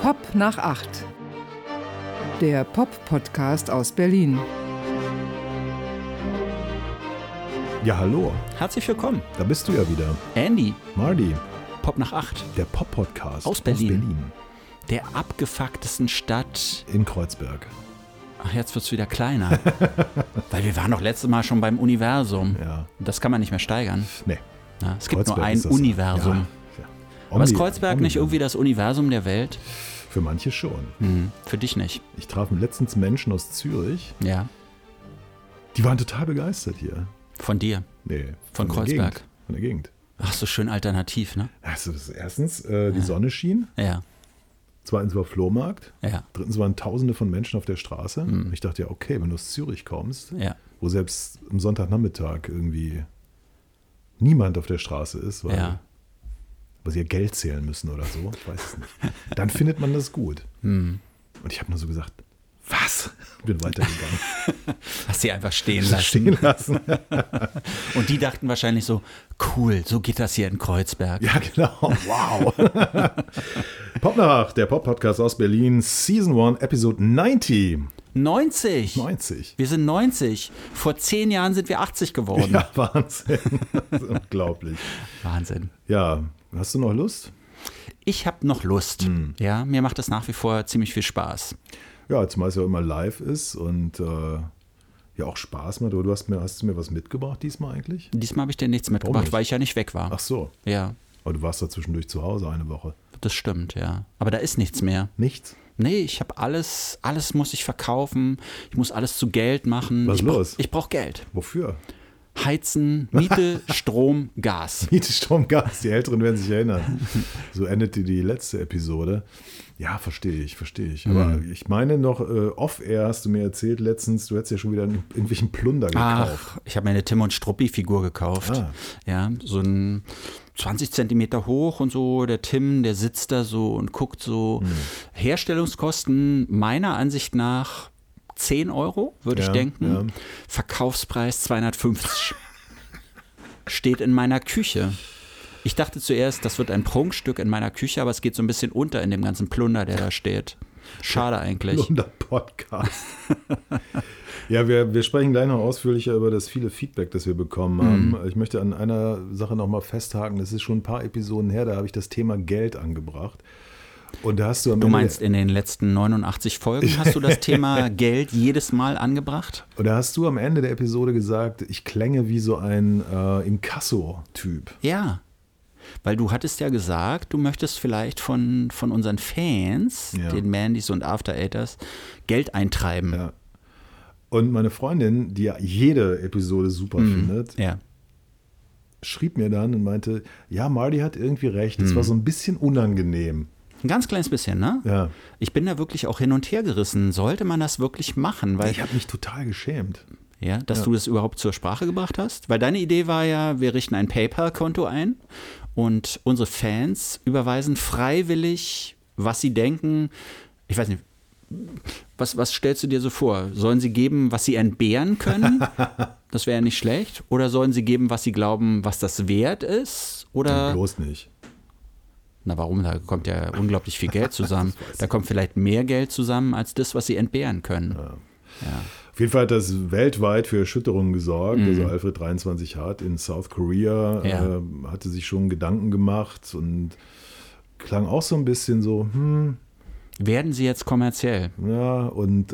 Pop nach 8. Der Pop-Podcast aus Berlin. Ja, hallo. Herzlich willkommen. Da bist du ja wieder. Andy. Marty. Pop nach 8. Der Pop-Podcast aus Berlin. Der abgefucktesten Stadt. In Kreuzberg. Ach, jetzt wird's wieder kleiner. Weil wir waren doch letztes Mal schon beim Universum. Ja. Das kann man nicht mehr steigern. Nee. Na, es gibt Kreuzberg nur ein Universum. Ja. Aber ist Kreuzberg nicht irgendwie das Universum der Welt? Für manche schon. Für dich nicht. Ich traf letztens Menschen aus Zürich. Ja. Die waren total begeistert hier. Von dir? Nee. Von Kreuzberg? Von der Gegend. Ach, so schön alternativ, ne? Also erstens, die Sonne schien. Ja. Zweitens war Flohmarkt. Ja. Drittens waren Tausende von Menschen auf der Straße. Und ich dachte ja, okay, wenn du aus Zürich kommst, wo selbst am Sonntagnachmittag irgendwie niemand auf der Straße ist, weil sie ja Geld zählen müssen oder so, ich weiß es nicht, dann findet man das gut. Und ich habe nur so gesagt, was? Bin weitergegangen. Hast sie einfach stehen lassen. Und die dachten wahrscheinlich so, cool, so geht das hier in Kreuzberg. Ja, genau. Wow. Pop nach 8, der Pop-Podcast aus Berlin, Season 1, Episode 90. 90. Wir sind 90. Vor 10 Jahren sind wir 80 geworden. Ja, Wahnsinn. Das ist unglaublich. Wahnsinn. Ja, hast du noch Lust? Ich habe noch Lust. Ja, mir macht das nach wie vor ziemlich viel Spaß. Ja, zumal es ja immer live ist und ja auch Spaß macht. Aber hast du mir was mitgebracht diesmal eigentlich? Diesmal habe ich dir nichts mitgebracht, weil ich ja nicht weg war. Ach so. Ja. Aber du warst da zwischendurch zu Hause eine Woche. Das stimmt, ja. Aber da ist nichts mehr. Nichts? Nee, ich habe alles muss ich verkaufen. Ich muss alles zu Geld machen. Was ist los? Ich brauche Geld. Wofür? Heizen, Miete, Strom, Gas. Miete, Strom, Gas. Die Älteren werden sich erinnern. So endete die letzte Episode. Ja, verstehe ich. Aber ich meine noch, off-air hast du mir erzählt letztens, du hättest ja schon wieder irgendwelchen Plunder gekauft. Ach, ich habe mir eine Tim und Struppi-Figur gekauft. Ah. Ja, so ein 20 Zentimeter hoch und so. Der Tim, der sitzt da so und guckt so. Herstellungskosten meiner Ansicht nach 10 Euro, würde ich denken. Ja. Verkaufspreis 250. Steht in meiner Küche. Ich dachte zuerst, das wird ein Prunkstück in meiner Küche, aber es geht so ein bisschen unter in dem ganzen Plunder, der da steht. Schade eigentlich. Plunder-Podcast. Ja, wir sprechen gleich noch ausführlicher über das viele Feedback, das wir bekommen haben. Ich möchte an einer Sache noch mal festhaken. Das ist schon ein paar Episoden her, da habe ich das Thema Geld angebracht. Und da hast du meinst, in den letzten 89 Folgen hast du das Thema Geld jedes Mal angebracht? Und da hast du am Ende der Episode gesagt, ich klänge wie so ein Inkasso-Typ. Ja, weil du hattest ja gesagt, du möchtest vielleicht von unseren Fans, den Mandys und After Eighters, Geld eintreiben. Ja. Und meine Freundin, die ja jede Episode super findet, schrieb mir dann und meinte, ja, Marty hat irgendwie recht, es war so ein bisschen unangenehm. Ein ganz kleines bisschen, ne? Ja. Ich bin da wirklich auch hin und her gerissen. Sollte man das wirklich machen? Weil ich habe mich total geschämt. Ja, dass du das überhaupt zur Sprache gebracht hast? Weil deine Idee war ja, wir richten ein PayPal-Konto ein und unsere Fans überweisen freiwillig, was sie denken. Ich weiß nicht, was stellst du dir so vor? Sollen sie geben, was sie entbehren können? Das wäre ja nicht schlecht. Oder sollen sie geben, was sie glauben, was das wert ist? Oder bloß nicht. Na warum? Da kommt ja unglaublich viel Geld zusammen. Da kommt vielleicht mehr Geld zusammen als das, was sie entbehren können. Ja. Auf jeden Fall hat das weltweit für Erschütterungen gesorgt. Also Alfred 23 Hart in South Korea hatte sich schon Gedanken gemacht und klang auch so ein bisschen so, Werden sie jetzt kommerziell? Ja, und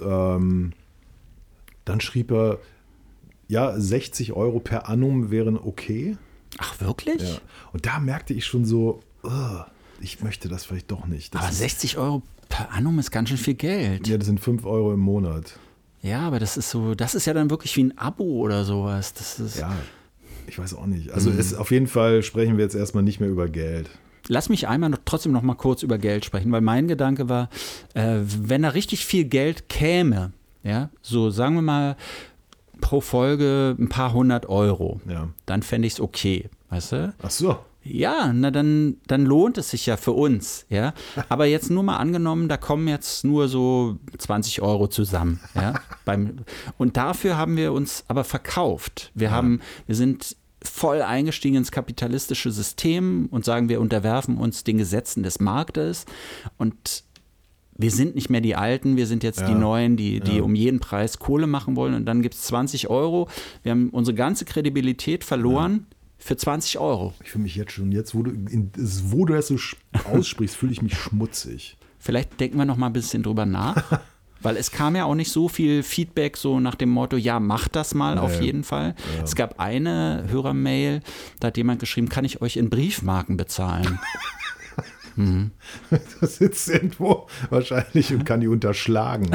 dann schrieb er, ja, 60 Euro per annum wären okay. Ach, wirklich? Ja. Und da merkte ich schon so, ich möchte das vielleicht doch nicht. Aber 60 Euro per annum ist ganz schön viel Geld. Ja, das sind 5 Euro im Monat. Ja, aber das ist ja dann wirklich wie ein Abo oder sowas. Das ist ja, ich weiß auch nicht. Also auf jeden Fall sprechen wir jetzt erstmal nicht mehr über Geld. Lass mich einmal trotzdem noch mal kurz über Geld sprechen, weil mein Gedanke war, wenn da richtig viel Geld käme, ja, so sagen wir mal pro Folge ein paar 100 Euro, dann fände ich es okay, weißt du? Ach so. Ja, na dann lohnt es sich ja für uns, ja. Aber jetzt nur mal angenommen, da kommen jetzt nur so 20 Euro zusammen, ja. Und dafür haben wir uns aber verkauft. Wir sind voll eingestiegen ins kapitalistische System und sagen, wir unterwerfen uns den Gesetzen des Marktes. Und wir sind nicht mehr die Alten, wir sind jetzt die Neuen, die um jeden Preis Kohle machen wollen und dann gibt es 20 €. Wir haben unsere ganze Kredibilität verloren für 20 €. Ich fühle mich jetzt schon, wo du das so aussprichst, fühle ich mich schmutzig. Vielleicht denken wir noch mal ein bisschen drüber nach, weil es kam ja auch nicht so viel Feedback so nach dem Motto, ja, mach das mal auf jeden Fall. Ja. Es gab eine Hörermail, da hat jemand geschrieben, kann ich euch in Briefmarken bezahlen? Da sitzt irgendwo wahrscheinlich und kann die unterschlagen.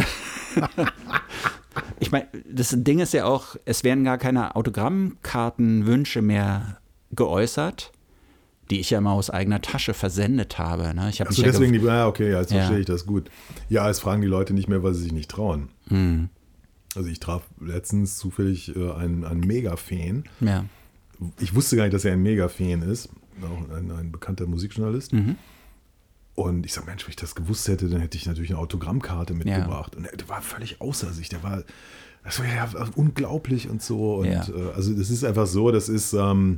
Ich meine, das Ding ist ja auch, es werden gar keine Autogrammkartenwünsche mehr geäußert, die ich ja mal aus eigener Tasche versendet habe. Ne? Ich hab Achso, deswegen jetzt verstehe ich das gut. Ja, es fragen die Leute nicht mehr, weil sie sich nicht trauen. Also ich traf letztens zufällig einen Mega-Fan. Ja. Ich wusste gar nicht, dass er ein Mega-Fan ist, auch ein bekannter Musikjournalist. Und ich sage, Mensch, wenn ich das gewusst hätte, dann hätte ich natürlich eine Autogrammkarte mitgebracht. Und der war völlig außer sich. Das war ja unglaublich und so. Und also das ist einfach so, das ist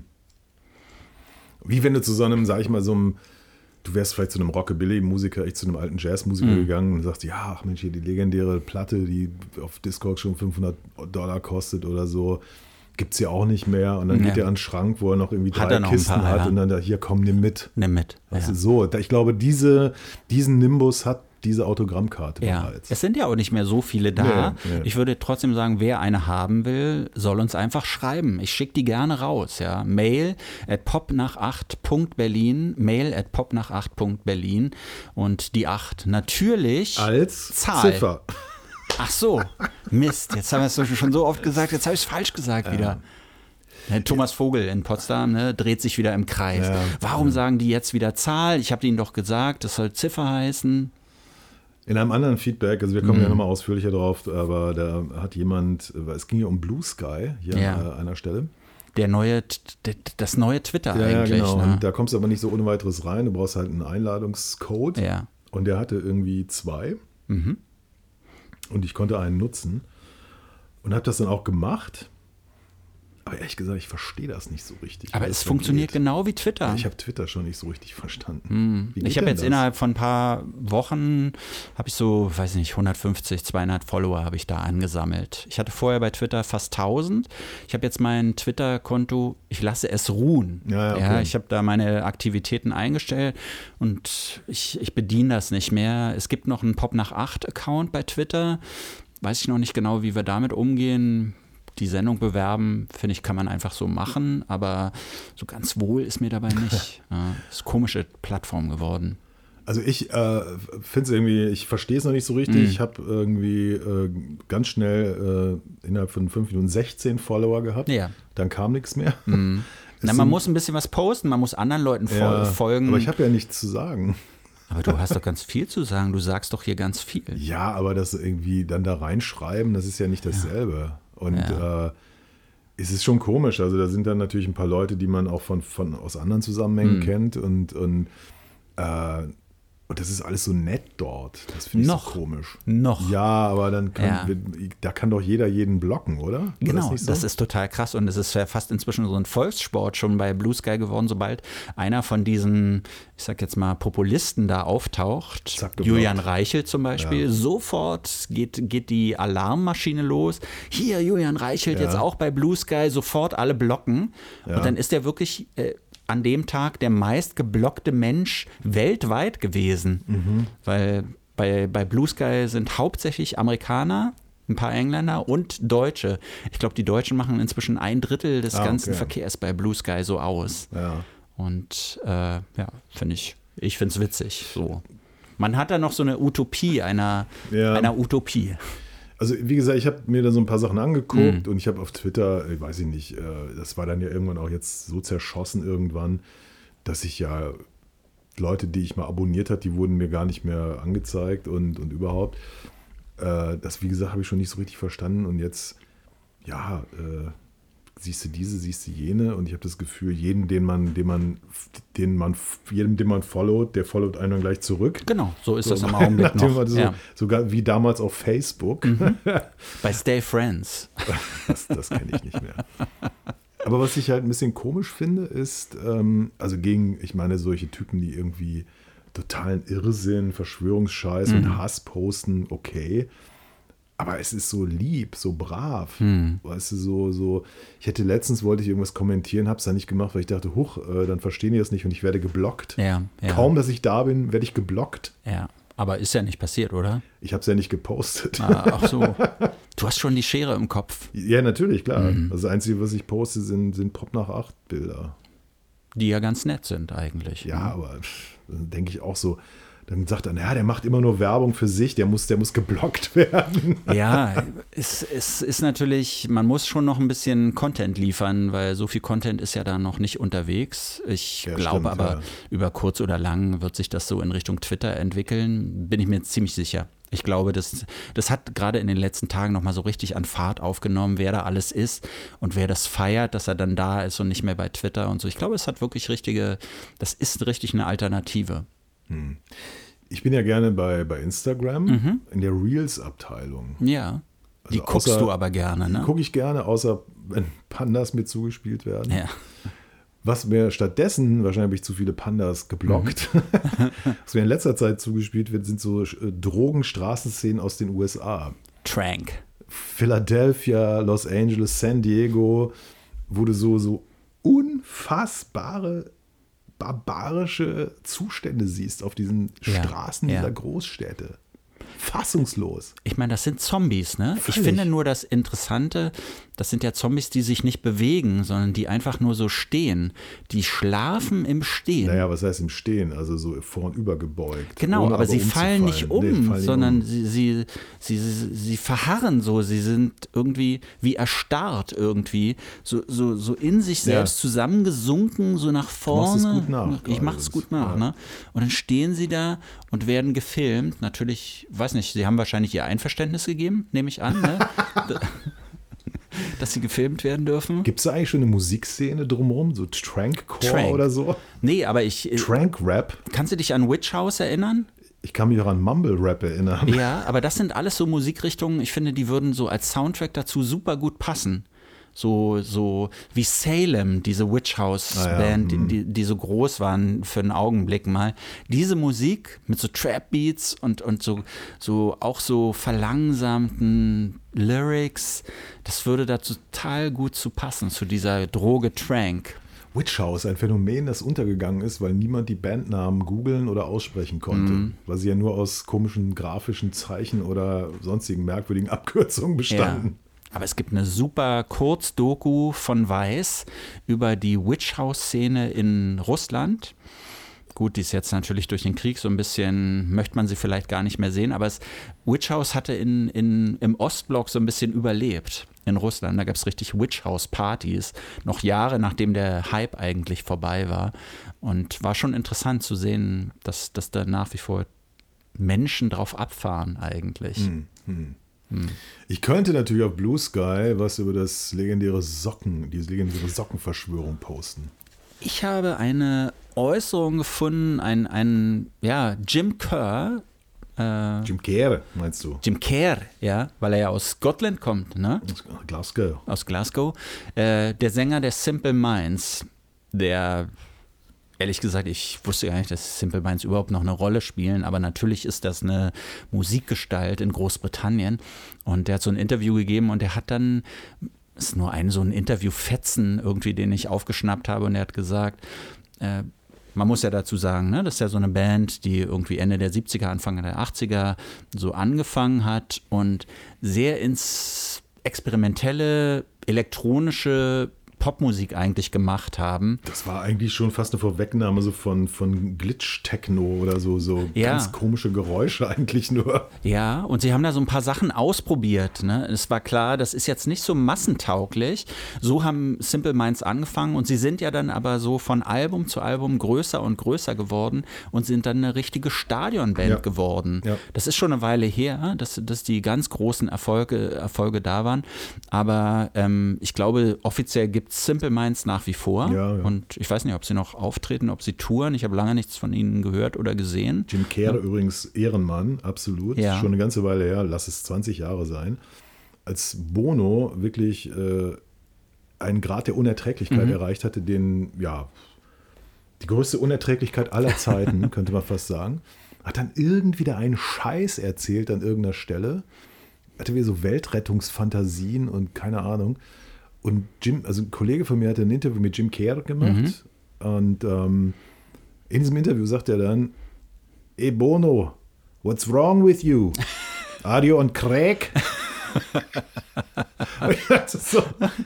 wie wenn du zu so einem, sag ich mal, du wärst vielleicht zu einem Rockabilly-Musiker, ich zu einem alten Jazzmusiker gegangen und sagst, ja, ach Mensch, hier die legendäre Platte, die auf Discogs schon $500 kostet oder so, gibt es ja auch nicht mehr. Und dann geht er an den Schrank, wo er noch irgendwie 3 Kisten hat und dann hier, komm, nimm mit. Nimm mit. Also so, ich glaube, diesen Nimbus hat diese Autogrammkarte bereits. Es sind ja auch nicht mehr so viele da. Nee. Ich würde trotzdem sagen, wer eine haben will, soll uns einfach schreiben. Ich schicke die gerne raus. Ja. mail@popnach8.berlin, mail@popnach8.berlin und die 8 natürlich als Zahl. Ziffer. Ach so, Mist, jetzt haben wir es schon so oft gesagt, jetzt habe ich es falsch gesagt wieder. Thomas Vogel in Potsdam dreht sich wieder im Kreis. Ja. Warum sagen die jetzt wieder Zahl? Ich habe ihnen doch gesagt, das soll Ziffer heißen. In einem anderen Feedback, also wir kommen ja nochmal ausführlicher drauf, aber da hat jemand, es ging ja um Blue Sky hier an einer Stelle. Das neue Twitter eigentlich. Ja, genau. Ne? Und da kommst du aber nicht so ohne weiteres rein. Du brauchst halt einen Einladungscode. Ja. Und der hatte irgendwie 2. Und ich konnte einen nutzen. Und habe das dann auch gemacht. Aber ehrlich gesagt, ich verstehe das nicht so richtig. Aber es funktioniert genau wie Twitter. Ja, ich habe Twitter schon nicht so richtig verstanden. Ich habe jetzt innerhalb von ein paar Wochen, habe ich so, weiß nicht, 150, 200 Follower habe ich da angesammelt. Ich hatte vorher bei Twitter fast 1000. Ich habe jetzt mein Twitter-Konto, ich lasse es ruhen. Ja, ich habe da meine Aktivitäten eingestellt und ich bediene das nicht mehr. Es gibt noch einen Popnach8-Account bei Twitter. Weiß ich noch nicht genau, wie wir damit umgehen. Die Sendung bewerben, finde ich, kann man einfach so machen, aber so ganz wohl ist mir dabei nicht. Ja, ist eine komische Plattform geworden. Also ich finde es irgendwie, ich verstehe es noch nicht so richtig. Ich habe irgendwie ganz schnell innerhalb von 5 Minuten 16 Follower gehabt. Ja. Dann kam nichts mehr. Man muss ein bisschen was posten, man muss anderen Leuten folgen. Aber ich habe ja nichts zu sagen. Aber du hast doch ganz viel zu sagen. Du sagst doch hier ganz viel. Ja, aber das irgendwie dann da reinschreiben, das ist ja nicht dasselbe. Ja. Und es ist schon komisch. Also da sind dann natürlich ein paar Leute, die man auch aus anderen Zusammenhängen kennt. Und das ist alles so nett dort. Das finde ich so komisch. Noch. Ja, aber dann da kann doch jeder jeden blocken, oder? Genau, das ist total krass. Und es ist ja fast inzwischen so ein Volkssport schon bei Blue Sky geworden, sobald einer von diesen, ich sag jetzt mal, Populisten da auftaucht. Julian Reichelt zum Beispiel. Sofort geht die Alarmmaschine los. Hier, Julian Reichelt jetzt auch bei Blue Sky. Sofort alle blocken. Ja. Und dann ist der wirklich an dem Tag der meist geblockte Mensch weltweit gewesen. Weil bei Blue Sky sind hauptsächlich Amerikaner, ein paar Engländer und Deutsche. Ich glaube, die Deutschen machen inzwischen 1/3 des ganzen Verkehrs bei Blue Sky so aus. Ja. Und finde ich finde es witzig. So. Man hat da noch so eine Utopie einer Utopie. Also wie gesagt, ich habe mir da so ein paar Sachen angeguckt und ich habe auf Twitter, ich weiß nicht, das war dann ja irgendwann auch jetzt so zerschossen irgendwann, dass ich ja Leute, die ich mal abonniert habe, die wurden mir gar nicht mehr angezeigt und überhaupt. Das, wie gesagt, habe ich schon nicht so richtig verstanden und jetzt, siehst du diese, siehst du jene und ich habe das Gefühl, jedem, den man followt, der followt einen dann gleich zurück. Genau, so ist das im Augenblick noch. Sogar wie damals auf Facebook. Bei Stay Friends. Das kenne ich nicht mehr. Aber was ich halt ein bisschen komisch finde, ist, ich meine, solche Typen, die irgendwie totalen Irrsinn, Verschwörungsscheiß und Hass posten, okay. Aber es ist so lieb, so brav. Weißt du, so. Wollte ich irgendwas kommentieren, habe es dann nicht gemacht, weil ich dachte, dann verstehen die das nicht und ich werde geblockt. Ja. Kaum, dass ich da bin, werde ich geblockt. Ja, aber ist ja nicht passiert, oder? Ich habe es ja nicht gepostet. Ach so. Du hast schon die Schere im Kopf. Ja, natürlich, klar. Also das Einzige, was ich poste, sind Pop nach 8 Bilder. Die ja ganz nett sind eigentlich. Ja, aber dann denke ich auch so, dann sagt er, der macht immer nur Werbung für sich, der muss geblockt werden. Ja, es ist natürlich, man muss schon noch ein bisschen Content liefern, weil so viel Content ist ja da noch nicht unterwegs. Ich glaube aber, über kurz oder lang wird sich das so in Richtung Twitter entwickeln, bin ich mir ziemlich sicher. Ich glaube, das hat gerade in den letzten Tagen nochmal so richtig an Fahrt aufgenommen, wer da alles ist und wer das feiert, dass er dann da ist und nicht mehr bei Twitter und so. Ich glaube, es hat wirklich das ist richtig eine Alternative. Ich bin ja gerne bei Instagram in der Reels-Abteilung. Ja, die guckst du aber gerne, ne? Die gucke ich gerne, außer wenn Pandas mir zugespielt werden. Ja. Was mir stattdessen, wahrscheinlich habe ich zu viele Pandas geblockt, was mir in letzter Zeit zugespielt wird, sind so Drogenstraßenszenen aus den USA. Trank. Philadelphia, Los Angeles, San Diego, wo du so unfassbare barbarische Zustände siehst auf diesen Straßen dieser Großstädte. Fassungslos. Ich meine, das sind Zombies, ne? Völlig. Ich finde nur das Interessante, das sind ja Zombies, die sich nicht bewegen, sondern die einfach nur so stehen. Die schlafen im Stehen. Naja, was heißt im Stehen? Also so vornüber gebeugt. Genau, aber sie fallen nicht sondern sie verharren so. Sie sind irgendwie wie erstarrt irgendwie, so in sich selbst zusammengesunken, so nach vorne. Du machst es gut nach. Ich mache es gut nach, ne? Und dann stehen sie da und werden gefilmt. Natürlich, weiß nicht, sie haben wahrscheinlich ihr Einverständnis gegeben, nehme ich an, ne? Dass sie gefilmt werden dürfen. Gibt es da eigentlich schon eine Musikszene drumherum? So Trankcore oder so? Nee, aber Trank-Rap? Kannst du dich an Witch House erinnern? Ich kann mich auch an Mumble-Rap erinnern. Ja, aber das sind alles so Musikrichtungen, ich finde, die würden so als Soundtrack dazu super gut passen. So wie Salem, diese Witch House Band, die so groß waren für einen Augenblick mal. Diese Musik mit so Trap Beats und so auch so verlangsamten Lyrics, das würde da total gut zu passen, zu dieser Droge Trank. Witch House, ein Phänomen, das untergegangen ist, weil niemand die Bandnamen googeln oder aussprechen konnte, weil sie ja nur aus komischen grafischen Zeichen oder sonstigen merkwürdigen Abkürzungen bestanden. Ja. Aber es gibt eine super Kurzdoku von Weiß über die Witch House-Szene in Russland. Gut, die ist jetzt natürlich durch den Krieg so ein bisschen, möchte man sie vielleicht gar nicht mehr sehen, aber Witch House hatte im Ostblock so ein bisschen überlebt in Russland. Da gab es richtig Witch House-Partys, noch Jahre nachdem der Hype eigentlich vorbei war. Und war schon interessant zu sehen, dass da nach wie vor Menschen drauf abfahren eigentlich. Ich könnte natürlich auf Blue Sky was über diese legendäre Sockenverschwörung posten. Ich habe eine Äußerung gefunden, Jim Kerr. Jim Kerr, meinst du? Jim Kerr, ja, weil er ja aus Scotland kommt, ne? Aus Glasgow. Der Sänger der Simple Minds, der, ehrlich gesagt, ich wusste gar nicht, dass Simple Minds überhaupt noch eine Rolle spielen, aber natürlich ist das eine Musikgestalt in Großbritannien. Und der hat so ein Interview gegeben und der hat dann, ist nur so ein Interview-Fetzen irgendwie, den ich aufgeschnappt habe, und er hat gesagt, man muss ja dazu sagen, ne, das ist ja so eine Band, die irgendwie Ende der 70er, Anfang der 80er so angefangen hat und sehr ins experimentelle, elektronische Popmusik eigentlich gemacht haben. Das war eigentlich schon fast eine Vorwegnahme so von Glitch-Techno oder so ganz komische Geräusche eigentlich nur. Ja, und sie haben da so ein paar Sachen ausprobiert. Ne? Es war klar, das ist jetzt nicht so massentauglich. So haben Simple Minds angefangen und sie sind ja dann aber so von Album zu Album größer und größer geworden und sind dann eine richtige Stadionband geworden. Ja. Das ist schon eine Weile her, dass die ganz großen Erfolge da waren. Aber ich glaube, offiziell gibt Simple Minds nach wie vor. Ja. Und ich weiß nicht, ob sie noch auftreten, ob sie touren. Ich habe lange nichts von ihnen gehört oder gesehen. Jim Kerr übrigens Ehrenmann, absolut. Ja. Schon eine ganze Weile her, lass es 20 Jahre sein. Als Bono wirklich einen Grad der Unerträglichkeit erreicht hatte, den die größte Unerträglichkeit aller Zeiten, könnte man fast sagen. Hat dann irgendwie da einen Scheiß erzählt an irgendeiner Stelle. Hatte wieder so Weltrettungsfantasien und keine Ahnung. Und also ein Kollege von mir hatte ein Interview mit Jim Carrey gemacht. Und in diesem Interview sagt er dann, Hey Bono, what's wrong with you? Are you on crack? Und ich dachte so,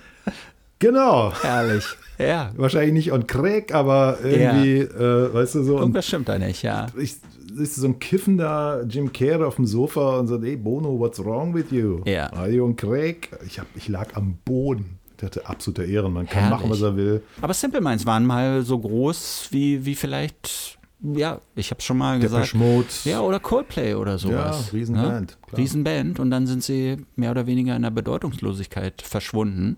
genau. Herrlich. Ja. Wahrscheinlich nicht on crack, aber irgendwie, weißt du so. Irgendwas stimmt da nicht, ja. Ist so ein kiffender Jim Carrey auf dem Sofa und sagt, hey Bono, what's wrong with you? Ja. Are you on crack? Ich lag am Boden. Der hatte absoluter Ehrenmann, kann machen, was er will. Aber Simple Minds waren mal so groß wie vielleicht, ja, ich habe es schon mal gesagt. Depeche Mode. Ja, oder Coldplay oder sowas. Ja, Riesenband. Ne? Riesenband und dann sind sie mehr oder weniger in der Bedeutungslosigkeit verschwunden.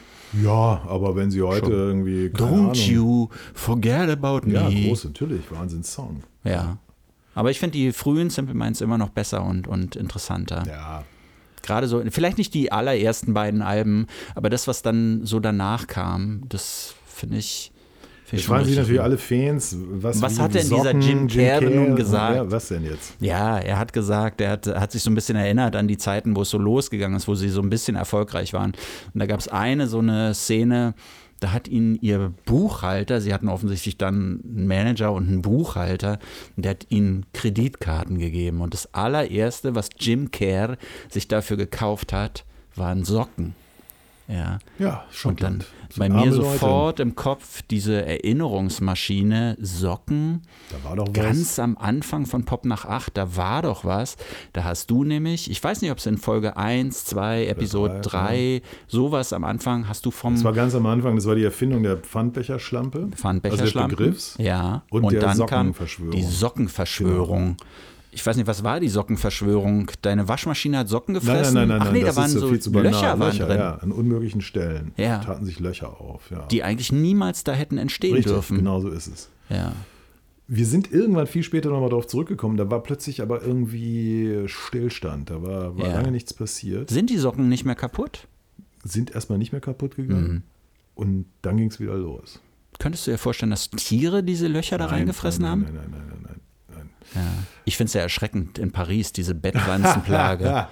Ja, aber wenn sie heute irgendwie, keine Don't Ahnung. You forget about me. Ja, groß, natürlich, Wahnsinns-Song. Ja. Aber ich finde die frühen Simple Minds immer noch besser und interessanter. Ja. Gerade so, vielleicht nicht die allerersten beiden Alben, aber das, was dann so danach kam, das finde ich. Jetzt fragen sich natürlich alle Fans, was hat denn dieser Jim Carrey nun gesagt? Ja, was denn jetzt? Ja, er hat gesagt, er hat sich so ein bisschen erinnert an die Zeiten, wo es so losgegangen ist, wo sie so ein bisschen erfolgreich waren. Und da gab es so eine Szene, da hat ihn ihr Buchhalter, sie hatten offensichtlich dann einen Manager und einen Buchhalter, und der hat ihnen Kreditkarten gegeben. Und das allererste, was Jim Carrey sich dafür gekauft hat, waren Socken. Ja, schon. Und dann bei mir sofort im Kopf diese Erinnerungsmaschine, Socken. Da war doch was. Ganz am Anfang von Pop nach 8, da war doch was. Da hast du nämlich, ich weiß nicht, ob es in Folge 1, 2, Episode 3, sowas am Anfang hast du vom... Das war ganz am Anfang, das war die Erfindung der Pfandbecherschlampe. Also des Begriffs. Ja. Und der dann Sockenverschwörung. Kam die Sockenverschwörung. Genau. Ich weiß nicht, was war die Sockenverschwörung? Deine Waschmaschine hat Socken gefressen? Nein. Ach nee, da das waren ist so viel zu Löcher waren drin. Ja, an unmöglichen Stellen. Ja. Taten sich Löcher auf. Ja. Die eigentlich niemals da hätten entstehen Richtig, dürfen. Genau so ist es. Ja. Wir sind irgendwann viel später nochmal darauf zurückgekommen. Da war plötzlich aber irgendwie Stillstand. Da war lange nichts passiert. Sind die Socken nicht mehr kaputt? Sind erstmal nicht mehr kaputt gegangen. Und dann ging es wieder los. Könntest du dir vorstellen, dass Tiere diese Löcher da reingefressen haben? Nein. Ja. Ich finde es ja erschreckend in Paris, diese Bettwanzenplage.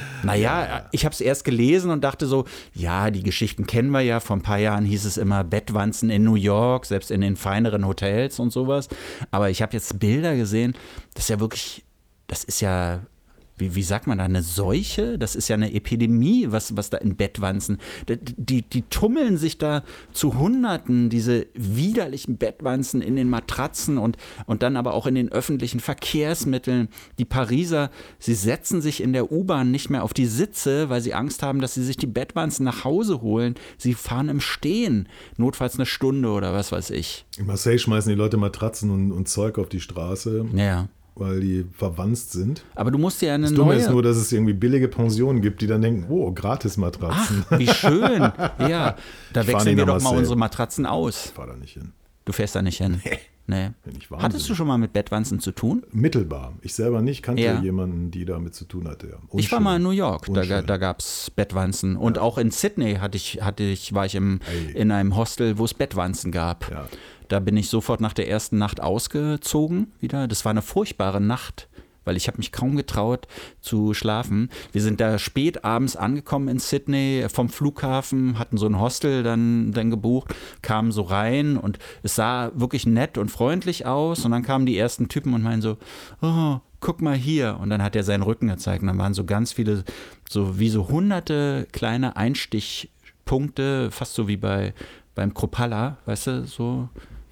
Naja, ich habe es erst gelesen und dachte so, ja, die Geschichten kennen wir ja. Vor ein paar Jahren hieß es immer Bettwanzen in New York, selbst in den feineren Hotels und sowas. Aber ich habe jetzt Bilder gesehen, das ist ja wirklich, das ist ja... Wie sagt man da, eine Seuche? Das ist ja eine Epidemie, was da in Bettwanzen. Die tummeln sich da zu Hunderten, diese widerlichen Bettwanzen in den Matratzen und dann aber auch in den öffentlichen Verkehrsmitteln. Die Pariser, sie setzen sich in der U-Bahn nicht mehr auf die Sitze, weil sie Angst haben, dass sie sich die Bettwanzen nach Hause holen. Sie fahren im Stehen, notfalls eine Stunde oder was weiß ich. In Marseille schmeißen die Leute Matratzen und Zeug auf die Straße. Ja. Weil die verwanzt sind. Aber du musst ja eine das Dumme ist nur, dass es irgendwie billige Pensionen gibt, die dann denken, oh, Gratis-Matratzen. Ach, wie schön. Ja, da wechseln wir doch mal unsere Matratzen aus. Ich fahre da nicht hin. Du fährst da nicht hin? Nee. Hattest du schon mal mit Bettwanzen zu tun? Mittelbar. Ich selber nicht, kannte jemanden, die damit zu tun hatte. Ja. Ich war mal in New York, da gab es Bettwanzen. Und auch in Sydney war ich in einem Hostel, wo es Bettwanzen gab. Ja. Da bin ich sofort nach der ersten Nacht ausgezogen wieder. Das war eine furchtbare Nacht, weil ich habe mich kaum getraut zu schlafen. Wir sind da spät abends angekommen in Sydney vom Flughafen, hatten so ein Hostel dann gebucht, kamen so rein und es sah wirklich nett und freundlich aus. Und dann kamen die ersten Typen und meinen so, oh, guck mal hier. Und dann hat er seinen Rücken gezeigt. Und dann waren so ganz viele, so wie so hunderte kleine Einstichpunkte, fast so wie beim Kropala, weißt du, so.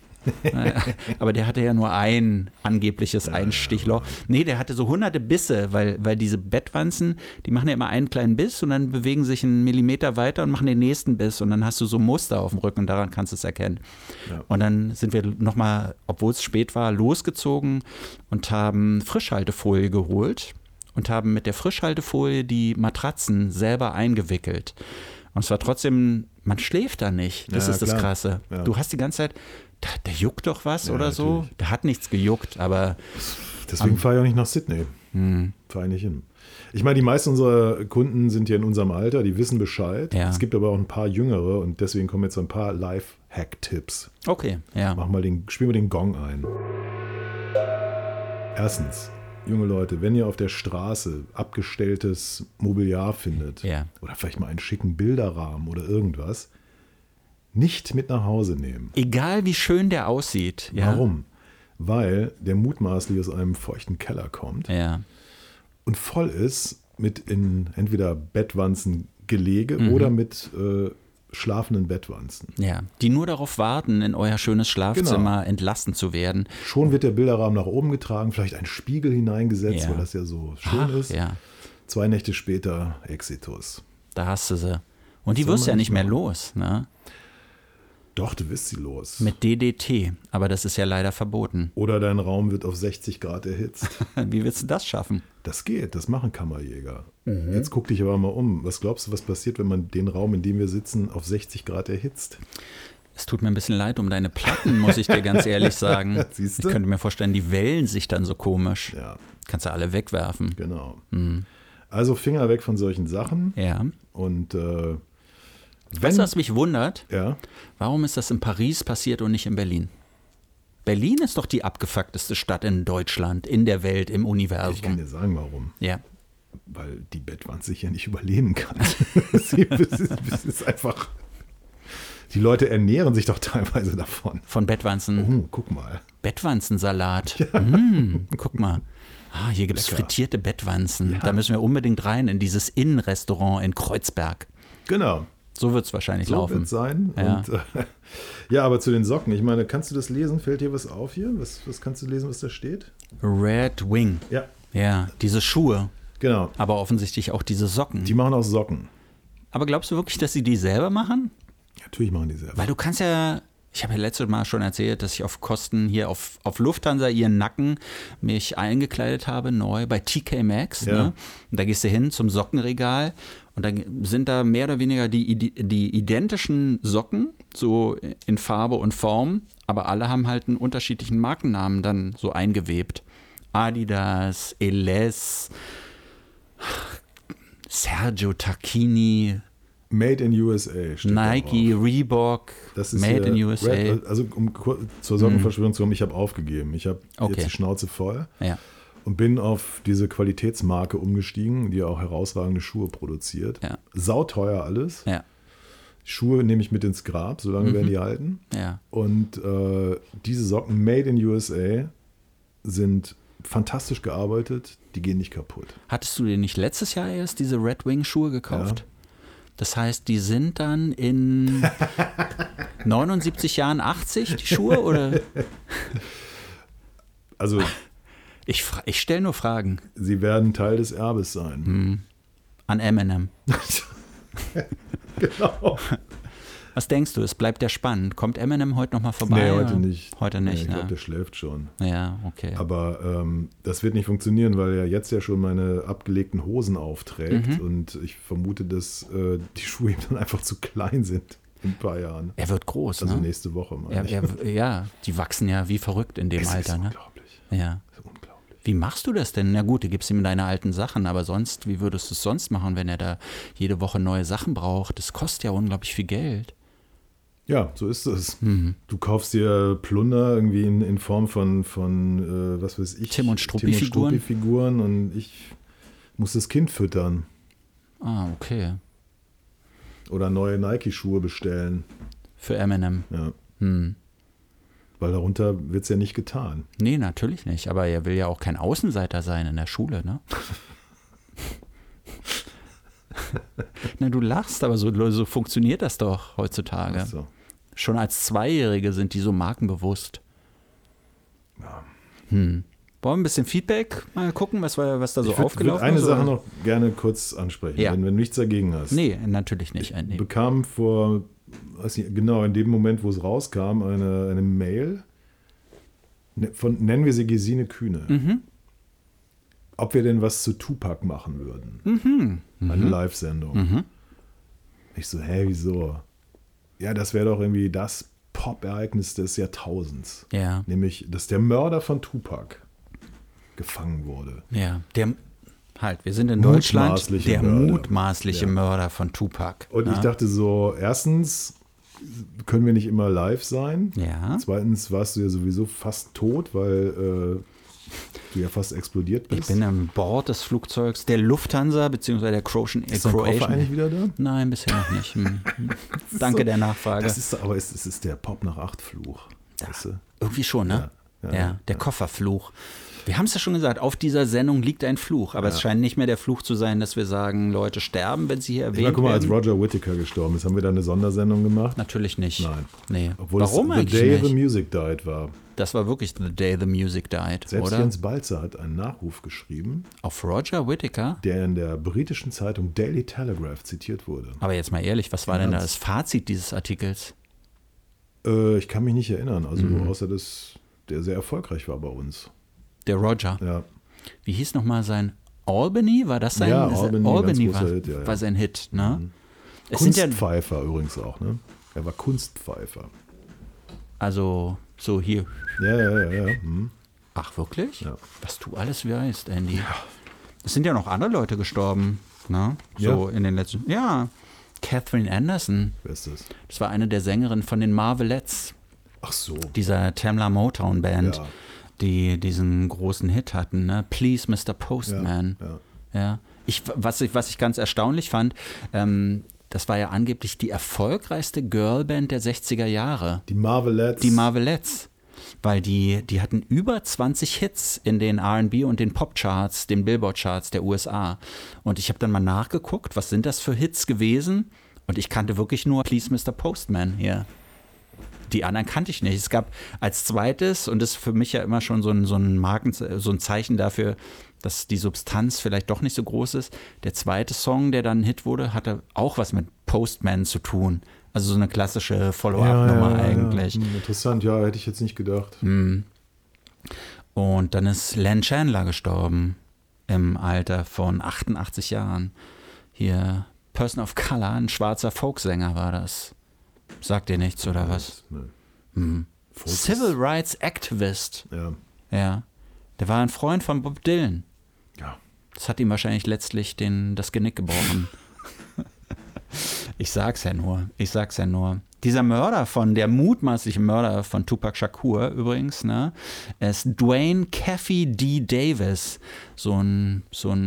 Aber der hatte ja nur ein angebliches Einstichloch. Nee, der hatte so hunderte Bisse, weil diese Bettwanzen, die machen ja immer einen kleinen Biss und dann bewegen sich einen Millimeter weiter und machen den nächsten Biss und dann hast du so Muster auf dem Rücken und daran kannst du es erkennen. Ja. Und dann sind wir nochmal, obwohl es spät war, losgezogen und haben Frischhaltefolie geholt und haben mit der Frischhaltefolie die Matratzen selber eingewickelt. Und es war trotzdem, man schläft da nicht. Das ist das Krasse. Ja. Du hast die ganze Zeit, da juckt doch was oder so. Natürlich. Da hat nichts gejuckt, aber Deswegen fahre ich auch nicht nach Sydney. Fahre ich nicht hin. Ich meine, die meisten unserer Kunden sind ja in unserem Alter, die wissen Bescheid. Ja. Es gibt aber auch ein paar Jüngere und deswegen kommen jetzt so ein paar Life-Hack-Tipps. Okay, ja. Spielen wir den Gong ein. Erstens, junge Leute, wenn ihr auf der Straße abgestelltes Mobiliar findet oder vielleicht mal einen schicken Bilderrahmen oder irgendwas, nicht mit nach Hause nehmen. Egal wie schön der aussieht. Ja. Warum? Weil der mutmaßlich aus einem feuchten Keller kommt und voll ist mit entweder Bettwanzengelege oder mit schlafenden Bettwanzen. Ja, die nur darauf warten, in euer schönes Schlafzimmer entlassen zu werden. Schon wird der Bilderrahmen nach oben getragen, vielleicht ein Spiegel hineingesetzt, weil das ja so schön ist. Ja. 2 Nächte später Exitus. Da hast du sie. Und die wirst du ja nicht mehr los, ne? Doch, du wirst sie los. Mit DDT, aber das ist ja leider verboten. Oder dein Raum wird auf 60 Grad erhitzt. Wie willst du das schaffen? Das geht, das machen Kammerjäger. Jetzt guck dich aber mal um. Was glaubst du, was passiert, wenn man den Raum, in dem wir sitzen, auf 60 Grad erhitzt? Es tut mir ein bisschen leid um deine Platten, muss ich dir ganz ehrlich sagen. Siehst du? Ich könnte mir vorstellen, die wellen sich dann so komisch. Ja. Kannst du alle wegwerfen. Genau. Also Finger weg von solchen Sachen. Ja. Und weißt du, was mich wundert? Ja. Warum ist das in Paris passiert und nicht in Berlin? Berlin ist doch die abgefuckteste Stadt in Deutschland, in der Welt, im Universum. Ich kann dir sagen, warum. Ja. Weil die Bettwanze sich ja nicht überleben kann. Es ist einfach... Die Leute ernähren sich doch teilweise davon. Von Bettwanzen. Oh, guck mal. Bettwanzensalat. Ja. Guck mal. Hier gibt es frittierte Bettwanzen. Ja. Da müssen wir unbedingt rein in dieses Innenrestaurant in Kreuzberg. Genau. So wird es wahrscheinlich laufen. So wird es sein. Ja. Und, aber zu den Socken. Ich meine, kannst du das lesen? Fällt dir was auf hier? Was kannst du lesen, was da steht? Red Wing. Ja. Ja, diese Schuhe. Genau. Aber offensichtlich auch diese Socken. Die machen auch Socken. Aber glaubst du wirklich, dass sie die selber machen? Natürlich machen die selber. Weil du kannst ja... Ich habe ja letztes Mal schon erzählt, dass ich auf Kosten hier auf Lufthansa ihren Nacken mich eingekleidet habe, neu bei TK Maxx. Ja. Ne? Und da gehst du hin zum Sockenregal und dann sind da mehr oder weniger die identischen Socken, so in Farbe und Form, aber alle haben halt einen unterschiedlichen Markennamen dann so eingewebt. Adidas, Eles, Sergio Tacchini, Made in USA steht Nike, Reebok, das ist Made in USA. Also um zur Sockenverschwörung zu kommen, ich habe aufgegeben. Ich habe jetzt die Schnauze voll und bin auf diese Qualitätsmarke umgestiegen, die auch herausragende Schuhe produziert. Ja. Sauteuer alles. Ja. Schuhe nehme ich mit ins Grab, solange werden die halten. Ja. Und diese Socken Made in USA sind fantastisch gearbeitet, die gehen nicht kaputt. Hattest du dir nicht letztes Jahr erst diese Red Wing Schuhe gekauft? Ja. Das heißt, die sind dann in 79 Jahren 80, die Schuhe, oder? Also ich stelle nur Fragen. Sie werden Teil des Erbes sein. An Eminem. Genau. Was denkst du, es bleibt ja spannend. Kommt Eminem heute nochmal vorbei? Nee, heute nicht. Heute nicht, ich glaube, der schläft schon. Ja, okay. Aber das wird nicht funktionieren, weil er jetzt ja schon meine abgelegten Hosen aufträgt. Und ich vermute, dass die Schuhe ihm dann einfach zu klein sind in ein paar Jahren. Er wird groß, also ne? nächste Woche mal. Ja, die wachsen ja wie verrückt in dem Alter. Das ist unglaublich. Ja. Das ist unglaublich. Wie machst du das denn? Na gut, du gibst ihm deine alten Sachen, aber sonst, wie würdest du es sonst machen, wenn er da jede Woche neue Sachen braucht? Das kostet ja unglaublich viel Geld. Ja, so ist es. Du kaufst dir Plunder irgendwie in Form von was weiß ich, Tim und Struppi-Figuren und ich muss das Kind füttern. Ah, okay. Oder neue Nike-Schuhe bestellen. Für Eminem. Ja. Weil darunter wird es ja nicht getan. Nee, natürlich nicht. Aber er will ja auch kein Außenseiter sein in der Schule, ne? Na, du lachst, aber so funktioniert das doch heutzutage. Ach so. Schon als Zweijährige sind die so markenbewusst. Ja. Wollen wir ein bisschen Feedback mal gucken, was da so aufgelaufen ist? Ich würde eine Sache noch gerne kurz ansprechen, wenn du nichts dagegen hast. Nee, natürlich nicht. Ich bekam vor, genau in dem Moment, wo es rauskam, eine Mail von, nennen wir sie Gesine Kühne. Ob wir denn was zu Tupac machen würden. Eine Live-Sendung. Ich so, wieso? Ja, das wäre doch irgendwie das Pop-Ereignis des Jahrtausends. Ja. Nämlich, dass der Mörder von Tupac gefangen wurde. Ja, wir sind in Deutschland, der mutmaßliche Ja. Mörder von Tupac. Und ich dachte so, erstens können wir nicht immer live sein. Ja. Zweitens warst du ja sowieso fast tot, weil du ja fast explodiert bist. Ich bin an Bord des Flugzeugs der Lufthansa bzw. der Croatian. Ist dein Koffer eigentlich wieder da? Nein, bisher noch nicht. Danke der Nachfrage. Aber es ist der Pop nach 8 Fluch. Weißt du? Irgendwie schon, ne? Ja, der Kofferfluch. Wir haben es ja schon gesagt, auf dieser Sendung liegt ein Fluch, aber es scheint nicht mehr der Fluch zu sein, dass wir sagen, Leute sterben, wenn sie hier erwähnt werden. Guck mal, als Roger Whittaker gestorben ist, haben wir da eine Sondersendung gemacht? Natürlich nicht. Nein. Nee. Obwohl Warum es eigentlich The Day nicht? the Music Died war. Das war wirklich The Day the Music Died, Selbst oder? Jens Balzer hat einen Nachruf geschrieben, Auf Roger Whittaker? der in der britischen Zeitung Daily Telegraph zitiert wurde. Aber jetzt mal ehrlich, was war denn da das Fazit dieses Artikels? Ich kann mich nicht erinnern, also außer dass der sehr erfolgreich war bei uns. Der Roger. Ja. Wie hieß nochmal sein Albany? War das sein? Ja, Albany ganz großer Hit, ja. War sein Hit, ne? Es sind ja, Kunstpfeifer übrigens auch, ne? Er war Kunstpfeifer. also so hier. Ja. Ach, wirklich? Ja. Was du alles weißt, Andy. Es sind ja noch andere Leute gestorben, ne? So in den letzten. Ja. Catherine Anderson. Wer ist das? Das war eine der Sängerinnen von den Marvelettes, Ach so. dieser Tamla Motown Band, Ja. die diesen großen Hit hatten, ne? Please, Mr. Postman. Ja. Was ich ganz erstaunlich fand, das war ja angeblich die erfolgreichste Girlband der 60er Jahre. Die Marvelettes. Die Marvelettes. Weil die hatten über 20 Hits in den R&B und den Popcharts, den Billboard-Charts der USA. Und ich habe dann mal nachgeguckt, was sind das für Hits gewesen? Und ich kannte wirklich nur Please Mr. Postman hier. Die anderen kannte ich nicht. Es gab als zweites, und das ist für mich ja immer schon so ein Zeichen dafür, dass die Substanz vielleicht doch nicht so groß ist. Der zweite Song, der dann ein Hit wurde, hatte auch was mit Postman zu tun. Also so eine klassische Follow-up-Nummer eigentlich. Interessant, ja, hätte ich jetzt nicht gedacht. Und dann ist Len Chandler gestorben im Alter von 88 Jahren. Hier, Person of Color, ein schwarzer Folksänger war das. Sagt dir nichts, oder was? Nee. Civil Rights Activist. Ja. Ja. Der war ein Freund von Bob Dylan. Ja. Das hat ihm wahrscheinlich letztlich das Genick gebrochen. Ich sag's ja nur. Dieser der mutmaßliche Mörder von Tupac Shakur übrigens, ne, ist Dwayne Caffey D. Davis. So ein,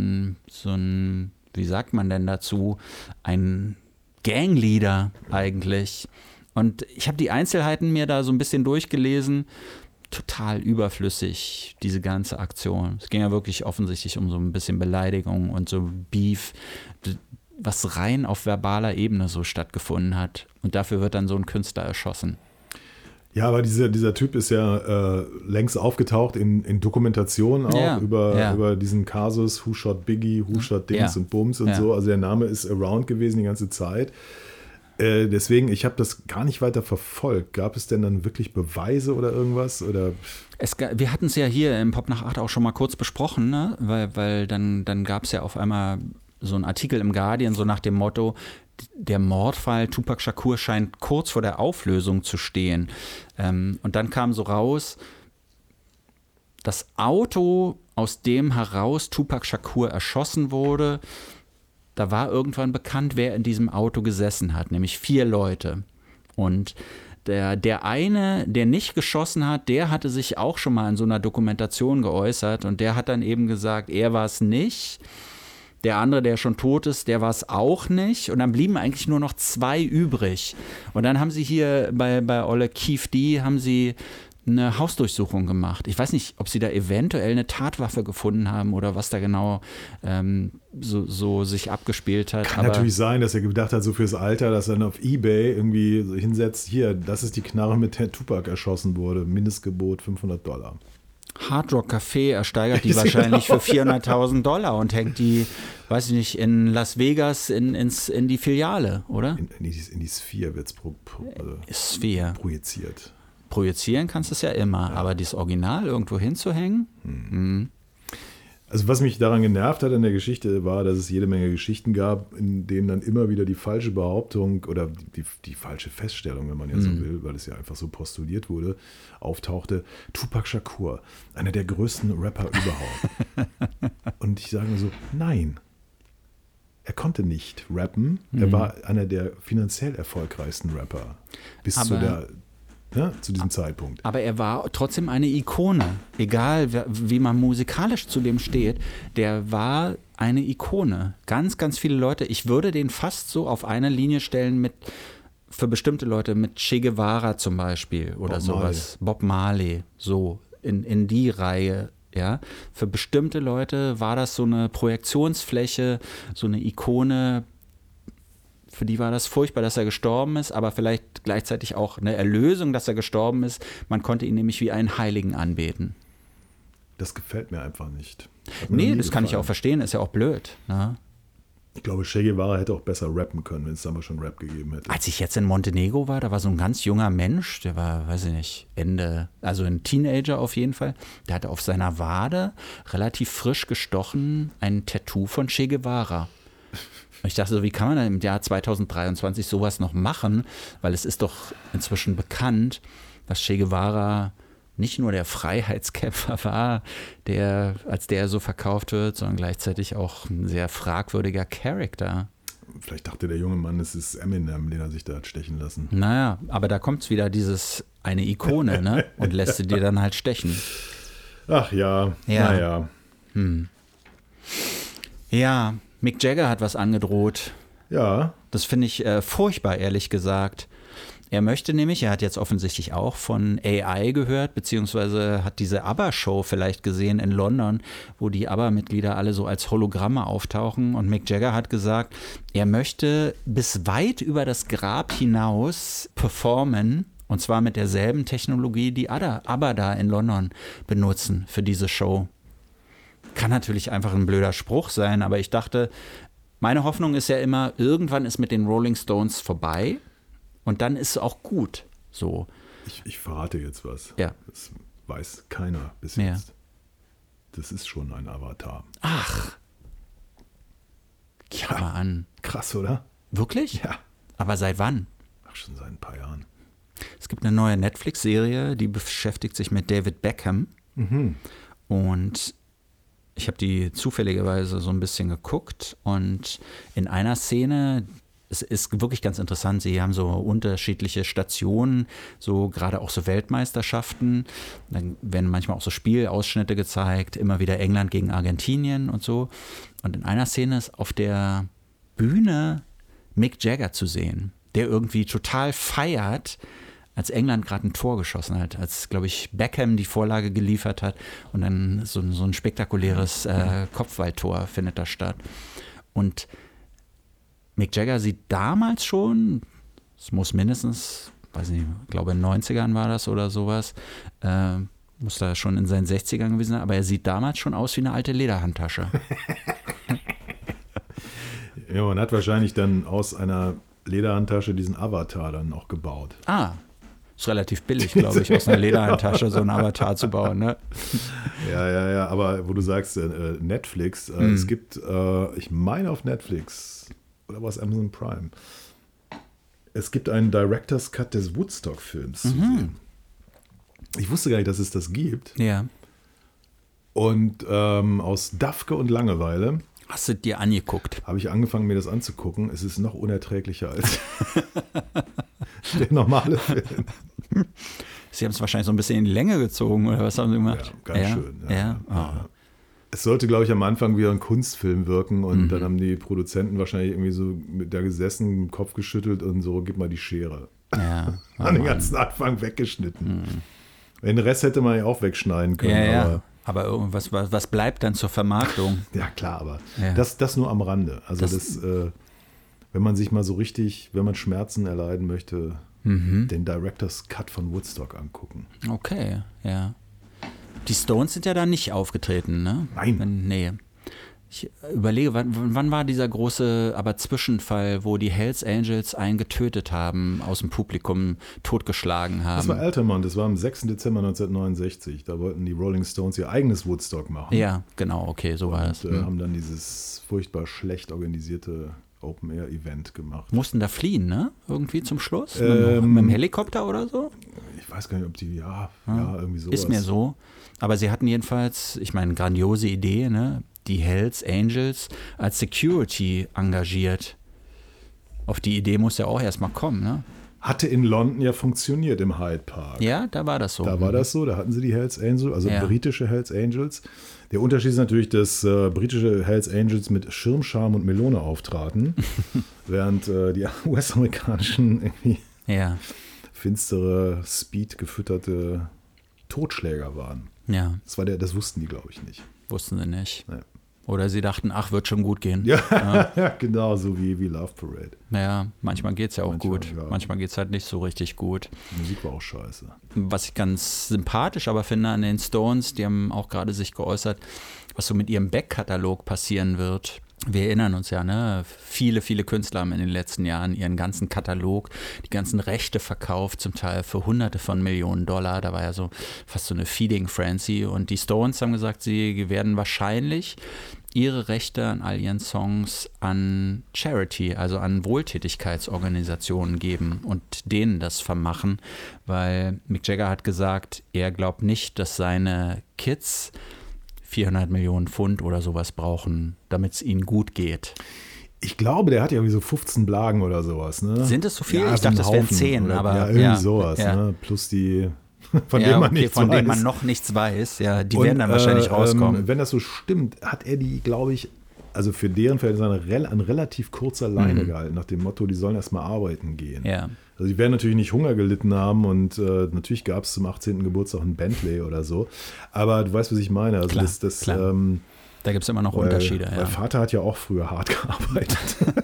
wie sagt man denn dazu? Ein Gangleader eigentlich. Und ich habe die Einzelheiten mir da so ein bisschen durchgelesen. Total überflüssig, diese ganze Aktion. Es ging ja wirklich offensichtlich um so ein bisschen Beleidigung und so Beef, was rein auf verbaler Ebene so stattgefunden hat. Und dafür wird dann so ein Künstler erschossen. Ja, aber dieser Typ ist ja längst aufgetaucht in Dokumentationen auch über diesen Kasus Who Shot Biggie, Who Shot Dings und Bums und so. Also der Name ist around gewesen die ganze Zeit. Deswegen, ich habe das gar nicht weiter verfolgt. Gab es denn dann wirklich Beweise oder irgendwas? Oder? Wir hatten es ja hier im Pop nach 8 auch schon mal kurz besprochen, ne? Weil dann gab es ja auf einmal so einen Artikel im Guardian, so nach dem Motto, der Mordfall Tupac Shakur scheint kurz vor der Auflösung zu stehen. Und dann kam so raus, das Auto, aus dem heraus Tupac Shakur erschossen wurde, da war irgendwann bekannt, wer in diesem Auto gesessen hat, nämlich 4 Leute. Und der eine, der nicht geschossen hat, der hatte sich auch schon mal in so einer Dokumentation geäußert und der hat dann eben gesagt, er war es nicht. Der andere, der schon tot ist, der war es auch nicht. Und dann blieben eigentlich nur noch 2 übrig. Und dann haben sie hier bei Olle Keef D haben sie eine Hausdurchsuchung gemacht. Ich weiß nicht, ob sie da eventuell eine Tatwaffe gefunden haben oder was da genau so sich abgespielt hat. Kann natürlich sein, dass er gedacht hat, so fürs Alter, dass er dann auf Ebay irgendwie so hinsetzt, hier, das ist die Knarre, mit der Tupac erschossen wurde. Mindestgebot $500. Hard Rock Café ersteigert die wahrscheinlich für $400.000 und hängt die, weiß ich nicht, in Las Vegas in die Filiale, oder? In die Sphäre wird es projiziert. Projizieren kannst du es ja immer, aber das Original irgendwo hinzuhängen? Also was mich daran genervt hat an der Geschichte war, dass es jede Menge Geschichten gab, in denen dann immer wieder die falsche Behauptung oder die falsche Feststellung, wenn man ja so will, weil es ja einfach so postuliert wurde, auftauchte. Tupac Shakur, einer der größten Rapper überhaupt. Und ich sage so, nein. Er konnte nicht rappen. Er war einer der finanziell erfolgreichsten Rapper bis zu diesem Zeitpunkt. Aber er war trotzdem eine Ikone. Egal, wie man musikalisch zu dem steht, der war eine Ikone. Ganz, ganz viele Leute. Ich würde den fast so auf eine Linie stellen für bestimmte Leute mit Che Guevara zum Beispiel oder sowas. Bob Marley, so in die Reihe. Ja, für bestimmte Leute war das so eine Projektionsfläche, so eine Ikone. Für die war das furchtbar, dass er gestorben ist, aber vielleicht gleichzeitig auch eine Erlösung, dass er gestorben ist. Man konnte ihn nämlich wie einen Heiligen anbeten. Das gefällt mir einfach nicht. Nee, das kann ich auch verstehen, ist ja auch blöd. Ne? Ich glaube, Che Guevara hätte auch besser rappen können, wenn es damals schon Rap gegeben hätte. Als ich jetzt in Montenegro war, da war so ein ganz junger Mensch, der war, weiß ich nicht, also ein Teenager auf jeden Fall, der hatte auf seiner Wade relativ frisch gestochen ein Tattoo von Che Guevara. Und ich dachte so, wie kann man dann im Jahr 2023 sowas noch machen? Weil es ist doch inzwischen bekannt, dass Che Guevara nicht nur der Freiheitskämpfer war, als der so verkauft wird, sondern gleichzeitig auch ein sehr fragwürdiger Charakter. Vielleicht dachte der junge Mann, es ist Eminem, den er sich da hat stechen lassen. Naja, aber da kommt es wieder eine Ikone, ne? Und lässt sie dir dann halt stechen. Ach ja. Naja. Ja, Mick Jagger hat was angedroht. Ja. Das finde ich furchtbar, ehrlich gesagt. Er hat jetzt offensichtlich auch von AI gehört, beziehungsweise hat diese ABBA-Show vielleicht gesehen in London, wo die ABBA-Mitglieder alle so als Hologramme auftauchen. Und Mick Jagger hat gesagt, er möchte bis weit über das Grab hinaus performen, und zwar mit derselben Technologie, die ABBA da in London benutzen für diese Show. Kann natürlich einfach ein blöder Spruch sein, aber ich dachte, meine Hoffnung ist ja immer, irgendwann ist mit den Rolling Stones vorbei. Und dann ist es auch gut. So. Ich verrate jetzt was. Ja. Das weiß keiner bis jetzt. Das ist schon ein Avatar. Ach. Schau mal an. Krass, oder? Wirklich? Ja. Aber seit wann? Ach, schon seit ein paar Jahren. Es gibt eine neue Netflix-Serie, die beschäftigt sich mit David Beckham. Und ich habe die zufälligerweise so ein bisschen geguckt. Und in einer Szene, es ist wirklich ganz interessant, sie haben so unterschiedliche Stationen, so gerade auch so Weltmeisterschaften, dann werden manchmal auch so Spielausschnitte gezeigt, immer wieder England gegen Argentinien und so. Und in einer Szene ist auf der Bühne Mick Jagger zu sehen, der irgendwie total feiert, als England gerade ein Tor geschossen hat, als, glaube ich, Beckham die Vorlage geliefert hat und dann so ein spektakuläres Kopfballtor findet da statt. Und Mick Jagger sieht damals schon, es muss mindestens, weiß nicht, ich glaube in den 90ern war das oder sowas, muss da schon in seinen 60ern gewesen sein, aber er sieht damals schon aus wie eine alte Lederhandtasche. Ja, man hat wahrscheinlich dann aus einer Lederhandtasche diesen Avatar dann auch gebaut. Ah, ist relativ billig, glaube ich, aus einer Lederhandtasche so einen Avatar zu bauen, ne? Ja, aber wo du sagst, Netflix, es gibt, ich meine auf Netflix, oder war es Amazon Prime? Es gibt einen Director's Cut des Woodstock-Films zu sehen. Ich wusste gar nicht, dass es das gibt. Ja. Und aus Dafke und Langeweile hast du dir angeguckt? Habe ich angefangen, mir das anzugucken. Es ist noch unerträglicher als der normale Film. Sie haben es wahrscheinlich so ein bisschen in die Länge gezogen, oder was haben Sie gemacht? Ja, ganz schön. Ja. Ja. Es sollte, glaube ich, am Anfang wie ein Kunstfilm wirken und dann haben die Produzenten wahrscheinlich irgendwie so da gesessen, den Kopf geschüttelt und so, gib mal die Schere. Ja. An den ganzen Anfang weggeschnitten. Den Rest hätte man ja auch wegschneiden können. Ja. Aber irgendwas, was bleibt dann zur Vermarktung? Ja, klar, aber das nur am Rande. Also wenn man sich mal so richtig, wenn man Schmerzen erleiden möchte, den Director's Cut von Woodstock angucken. Okay, ja. Die Stones sind ja da nicht aufgetreten, ne? Nein. Nee. Ich überlege, wann war dieser große Zwischenfall, wo die Hells Angels einen getötet haben, aus dem Publikum totgeschlagen haben? Das war Altamont, das war am 6. Dezember 1969. Da wollten die Rolling Stones ihr eigenes Woodstock machen. Ja, genau, okay, so war das. Und haben dann dieses furchtbar schlecht organisierte Open-Air-Event gemacht. Mussten da fliehen, ne? Irgendwie zum Schluss? Mit dem Helikopter oder so? Ich weiß gar nicht, ob die, ja, irgendwie sowas. Ist mir so. Aber sie hatten jedenfalls, ich meine, grandiose Idee, ne? Die Hells Angels als Security engagiert. Auf die Idee muss ja auch erstmal kommen, ne? Hatte in London ja funktioniert im Hyde Park. Ja, da war das so. Da war das so, da hatten sie die Hells Angels, also britische Hells Angels. Der Unterschied ist natürlich, dass britische Hells Angels mit Schirmscham und Melone auftraten, während die US-amerikanischen irgendwie finstere, Speed-gefütterte Totschläger waren. Ja. Das wussten die, glaube ich, nicht. Wussten sie nicht. Ja. Oder sie dachten, ach, wird schon gut gehen. Ja, genau, so wie Love Parade. Naja, manchmal geht es ja auch gut. Ja. Manchmal geht es halt nicht so richtig gut. Die Musik war auch scheiße. Was ich ganz sympathisch aber finde an den Stones, die haben auch gerade sich geäußert, was so mit ihrem Backkatalog passieren wird. Wir erinnern uns ja, ne? Viele Künstler haben in den letzten Jahren ihren ganzen Katalog, die ganzen Rechte verkauft, zum Teil für Hunderte von Millionen $. Da war ja so fast so eine Feeding Frenzy. Und die Stones haben gesagt, sie werden wahrscheinlich ihre Rechte an all ihren Songs an Charity, also an Wohltätigkeitsorganisationen geben und denen das vermachen, weil Mick Jagger hat gesagt, er glaubt nicht, dass seine Kids 400 Millionen Pfund oder sowas brauchen, damit es ihnen gut geht. Ich glaube, der hat ja irgendwie so 15 Blagen oder sowas. Ne? Sind es so viele? Ja, ich dachte, das wären 10. Aber ja, irgendwie sowas. Ja. Ne? Plus die, von denen man nichts weiß. Von denen man noch nichts weiß. Ja, die werden dann wahrscheinlich rauskommen. Wenn das so stimmt, hat er die, glaube ich, also für deren Verhältnisse an relativ kurzer Leine gehalten, nach dem Motto, die sollen erstmal arbeiten gehen. Ja. Also die werden natürlich nicht Hunger gelitten haben und natürlich gab es zum 18. Geburtstag ein Bentley oder so. Aber du weißt, was ich meine. Also klar, klar. Da gibt es immer noch Unterschiede. Mein Vater hat ja auch früher hart gearbeitet.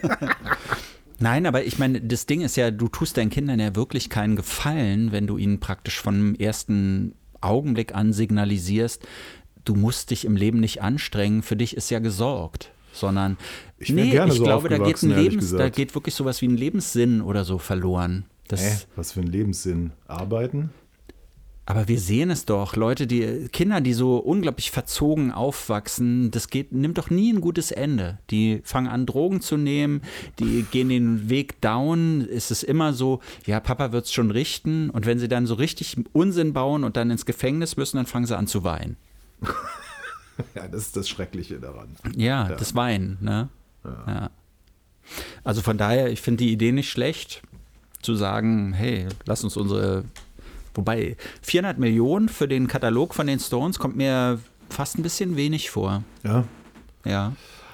Nein, aber ich meine, das Ding ist ja, du tust deinen Kindern ja wirklich keinen Gefallen, wenn du ihnen praktisch vom ersten Augenblick an signalisierst, du musst dich im Leben nicht anstrengen, für dich ist ja gesorgt. Sondern, ich glaube, da geht wirklich sowas wie ein Lebenssinn oder so verloren. Was für ein Lebenssinn? Arbeiten? Aber wir sehen es doch, Kinder, die so unglaublich verzogen aufwachsen, nimmt doch nie ein gutes Ende. Die fangen an, Drogen zu nehmen, die gehen den Weg down, es ist immer so, ja, Papa wird es schon richten. Und wenn sie dann so richtig Unsinn bauen und dann ins Gefängnis müssen, dann fangen sie an zu weinen. Ja, das ist das Schreckliche daran. Ja, das Weinen, ne? Ja. Also von daher, ich finde die Idee nicht schlecht, zu sagen, hey, lass uns wobei 400 Millionen für den Katalog von den Stones kommt mir fast ein bisschen wenig vor. Ja. Ja.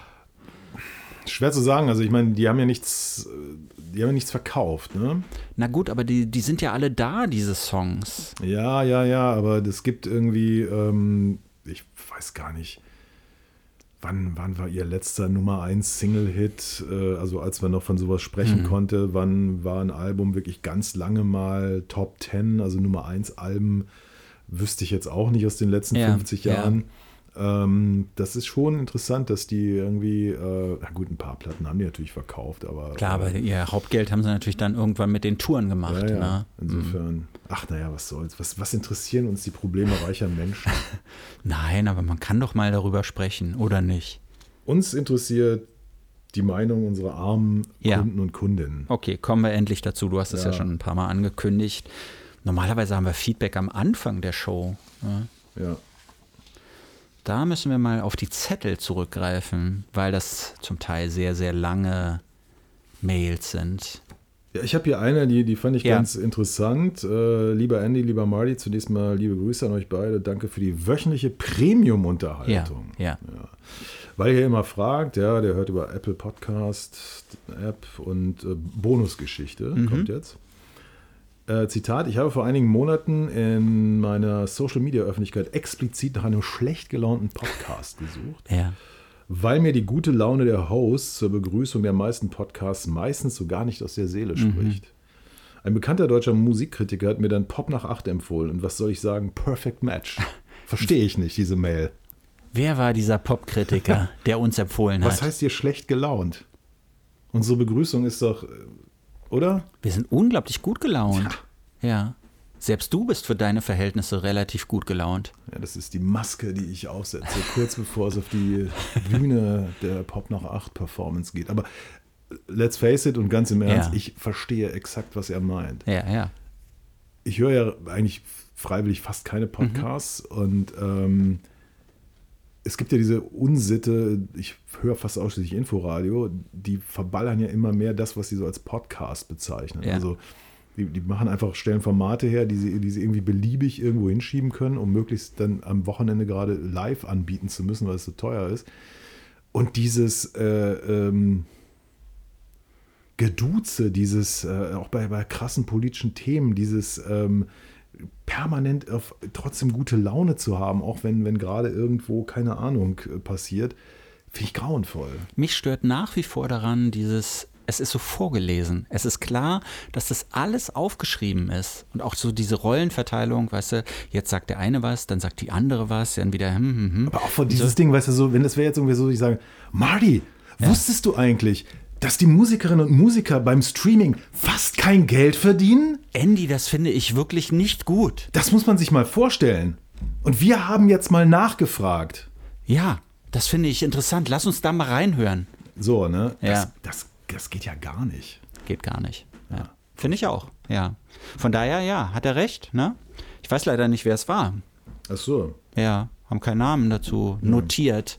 Schwer zu sagen, also ich meine, die haben ja nichts verkauft, ne? Na gut, aber die sind ja alle da, diese Songs. Ja, aber es gibt irgendwie, ich weiß gar nicht, wann war ihr letzter Nummer 1 Single-Hit, also als man noch von sowas sprechen konnte, wann war ein Album wirklich ganz lange mal Top 10, also Nummer 1 Alben, wüsste ich jetzt auch nicht aus den letzten 50 Jahren. Das ist schon interessant, dass die irgendwie, na gut, ein paar Platten haben die natürlich verkauft, aber... Klar, aber ihr Hauptgeld haben sie natürlich dann irgendwann mit den Touren gemacht. Ja, ne? Insofern, was soll's, was interessieren uns die Probleme reicher Menschen? Nein, aber man kann doch mal darüber sprechen, oder nicht? Uns interessiert die Meinung unserer armen Kunden und Kundinnen. Okay, kommen wir endlich dazu, du hast es ja schon ein paar Mal angekündigt. Normalerweise haben wir Feedback am Anfang der Show. Ne? Ja. Da müssen wir mal auf die Zettel zurückgreifen, weil das zum Teil sehr, sehr lange Mails sind. Ja, ich habe hier eine, die fand ich ganz interessant. Lieber Andy, lieber Marty, zunächst mal liebe Grüße an euch beide. Danke für die wöchentliche Premium-Unterhaltung. Ja. Weil ihr immer fragt, der hört über Apple Podcast App und Bonusgeschichte kommt jetzt. Zitat, ich habe vor einigen Monaten in meiner Social-Media-Öffentlichkeit explizit nach einem schlecht gelaunten Podcast gesucht, weil mir die gute Laune der Hosts zur Begrüßung der meisten Podcasts meistens so gar nicht aus der Seele spricht. Ein bekannter deutscher Musikkritiker hat mir dann Pop nach 8 empfohlen und was soll ich sagen, perfect match. Verstehe ich nicht, diese Mail. Wer war dieser Popkritiker, der uns empfohlen hat? Was heißt hier schlecht gelaunt? Unsere Begrüßung ist doch, oder? Wir sind unglaublich gut gelaunt. Ja. Selbst du bist für deine Verhältnisse relativ gut gelaunt. Ja, das ist die Maske, die ich aufsetze, kurz bevor es auf die Bühne der Pop nach 8 Performance geht. Aber let's face it und ganz im Ernst, ich verstehe exakt, was er meint. Ja. Ich höre ja eigentlich freiwillig fast keine Podcasts und es gibt ja diese Unsitte, ich höre fast ausschließlich Inforadio, die verballern ja immer mehr das, was sie so als Podcast bezeichnen. Ja. Also die machen einfach, stellen Formate her, die sie irgendwie beliebig irgendwo hinschieben können, um möglichst dann am Wochenende gerade live anbieten zu müssen, weil es so teuer ist. Und dieses Geduze, dieses auch bei krassen politischen Themen, dieses permanent trotzdem gute Laune zu haben, auch wenn gerade irgendwo, keine Ahnung, passiert, finde ich grauenvoll. Mich stört nach wie vor daran es ist so vorgelesen. Es ist klar, dass das alles aufgeschrieben ist. Und auch so diese Rollenverteilung, weißt du, jetzt sagt der eine was, dann sagt die andere was, dann wieder Aber auch von dieses Ding, weißt du, so, wenn das wäre jetzt irgendwie so, ich sage, Marty, wusstest du eigentlich, dass die Musikerinnen und Musiker beim Streaming fast kein Geld verdienen? Andy, das finde ich wirklich nicht gut. Das muss man sich mal vorstellen. Und wir haben jetzt mal nachgefragt. Ja, das finde ich interessant. Lass uns da mal reinhören. So, ne? Ja. Das geht ja gar nicht. Geht gar nicht. Ja. Finde ich auch, ja. Von daher, ja, hat er recht, ne? Ich weiß leider nicht, wer es war. Ach so. Ja, haben keinen Namen dazu notiert.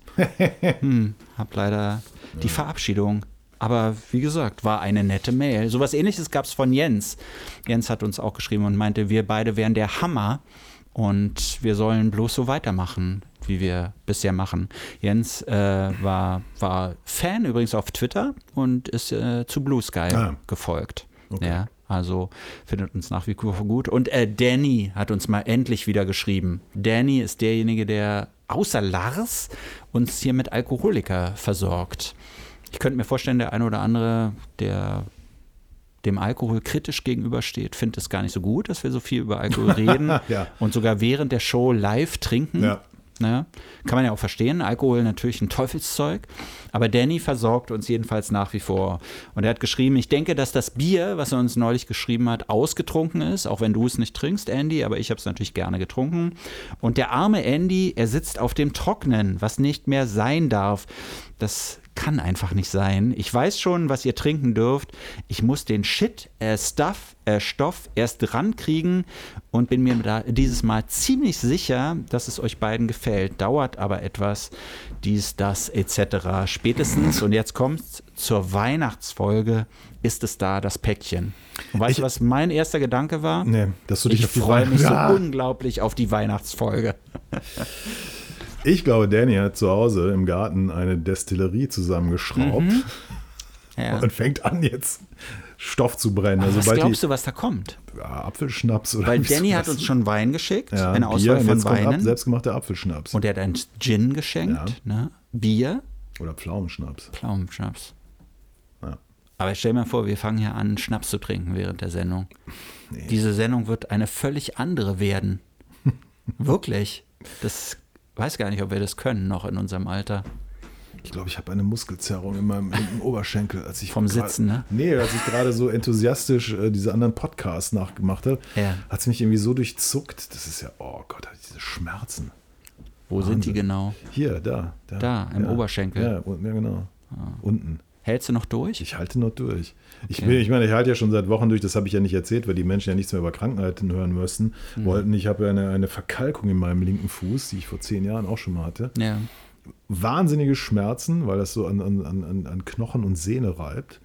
Hab leider die Verabschiedung. Aber wie gesagt, war eine nette Mail. Sowas Ähnliches gab es von Jens. Jens hat uns auch geschrieben und meinte, wir beide wären der Hammer und wir sollen bloß so weitermachen, wie wir bisher machen. Jens war Fan übrigens auf Twitter und ist zu Blue Sky gefolgt. Okay. Ja, also findet uns nach wie vor gut. Und Danny hat uns mal endlich wieder geschrieben. Danny ist derjenige, der außer Lars uns hier mit Alkoholiker versorgt. Ich könnte mir vorstellen, der eine oder andere, der dem Alkohol kritisch gegenübersteht, findet es gar nicht so gut, dass wir so viel über Alkohol reden und sogar während der Show live trinken. Ja. Ne? Kann man ja auch verstehen, Alkohol natürlich ein Teufelszeug, aber Danny versorgt uns jedenfalls nach wie vor. Und er hat geschrieben, ich denke, dass das Bier, was er uns neulich geschrieben hat, ausgetrunken ist, auch wenn du es nicht trinkst, Andy, aber ich habe es natürlich gerne getrunken. Und der arme Andy, er sitzt auf dem Trocknen, was nicht mehr sein darf. Das kann einfach nicht sein. Ich weiß schon, was ihr trinken dürft. Ich muss den Stoff erst rankriegen und bin mir da dieses Mal ziemlich sicher, dass es euch beiden gefällt. Dauert aber etwas, dies, das, etc. Spätestens, und jetzt kommt's, zur Weihnachtsfolge ist es da, das Päckchen. Und weißt du, was mein erster Gedanke war? Nee, dass du dich ich freue mich so unglaublich auf die Weihnachtsfolge. Ich glaube, Danny hat zu Hause im Garten eine Destillerie zusammengeschraubt und fängt an, jetzt Stoff zu brennen. Also was glaubst du, was da kommt? Ja, Apfelschnaps oder Weil Danny hat uns schon Wein geschickt, eine Auswahl von Weinen. Selbstgemachter Apfelschnaps. Und er hat einen Gin geschenkt, ne? Bier. Oder Pflaumenschnaps. Ja. Aber stell dir mal vor, wir fangen hier an, Schnaps zu trinken während der Sendung. Nee. Diese Sendung wird eine völlig andere werden. Wirklich. Das weiß gar nicht, ob wir das können noch in unserem Alter. Ich glaube, ich habe eine Muskelzerrung in meinem Oberschenkel. Vom Sitzen, ne? Nee, als ich gerade so enthusiastisch diese anderen Podcasts nachgemacht habe, hat es mich irgendwie so durchzuckt. Das ist ja, oh Gott, diese Schmerzen. Wo sind die genau? Hier, da. Da, im Oberschenkel. Ja, genau. Unten. Hältst du noch durch? Ich halte noch durch. Ich meine, ich halte ja schon seit Wochen durch, das habe ich ja nicht erzählt, weil die Menschen ja nichts mehr über Krankheiten hören müssen. Ich habe ja eine Verkalkung in meinem linken Fuß, die ich vor 10 Jahren auch schon mal hatte. Ja. Wahnsinnige Schmerzen, weil das so an Knochen und Sehne reibt.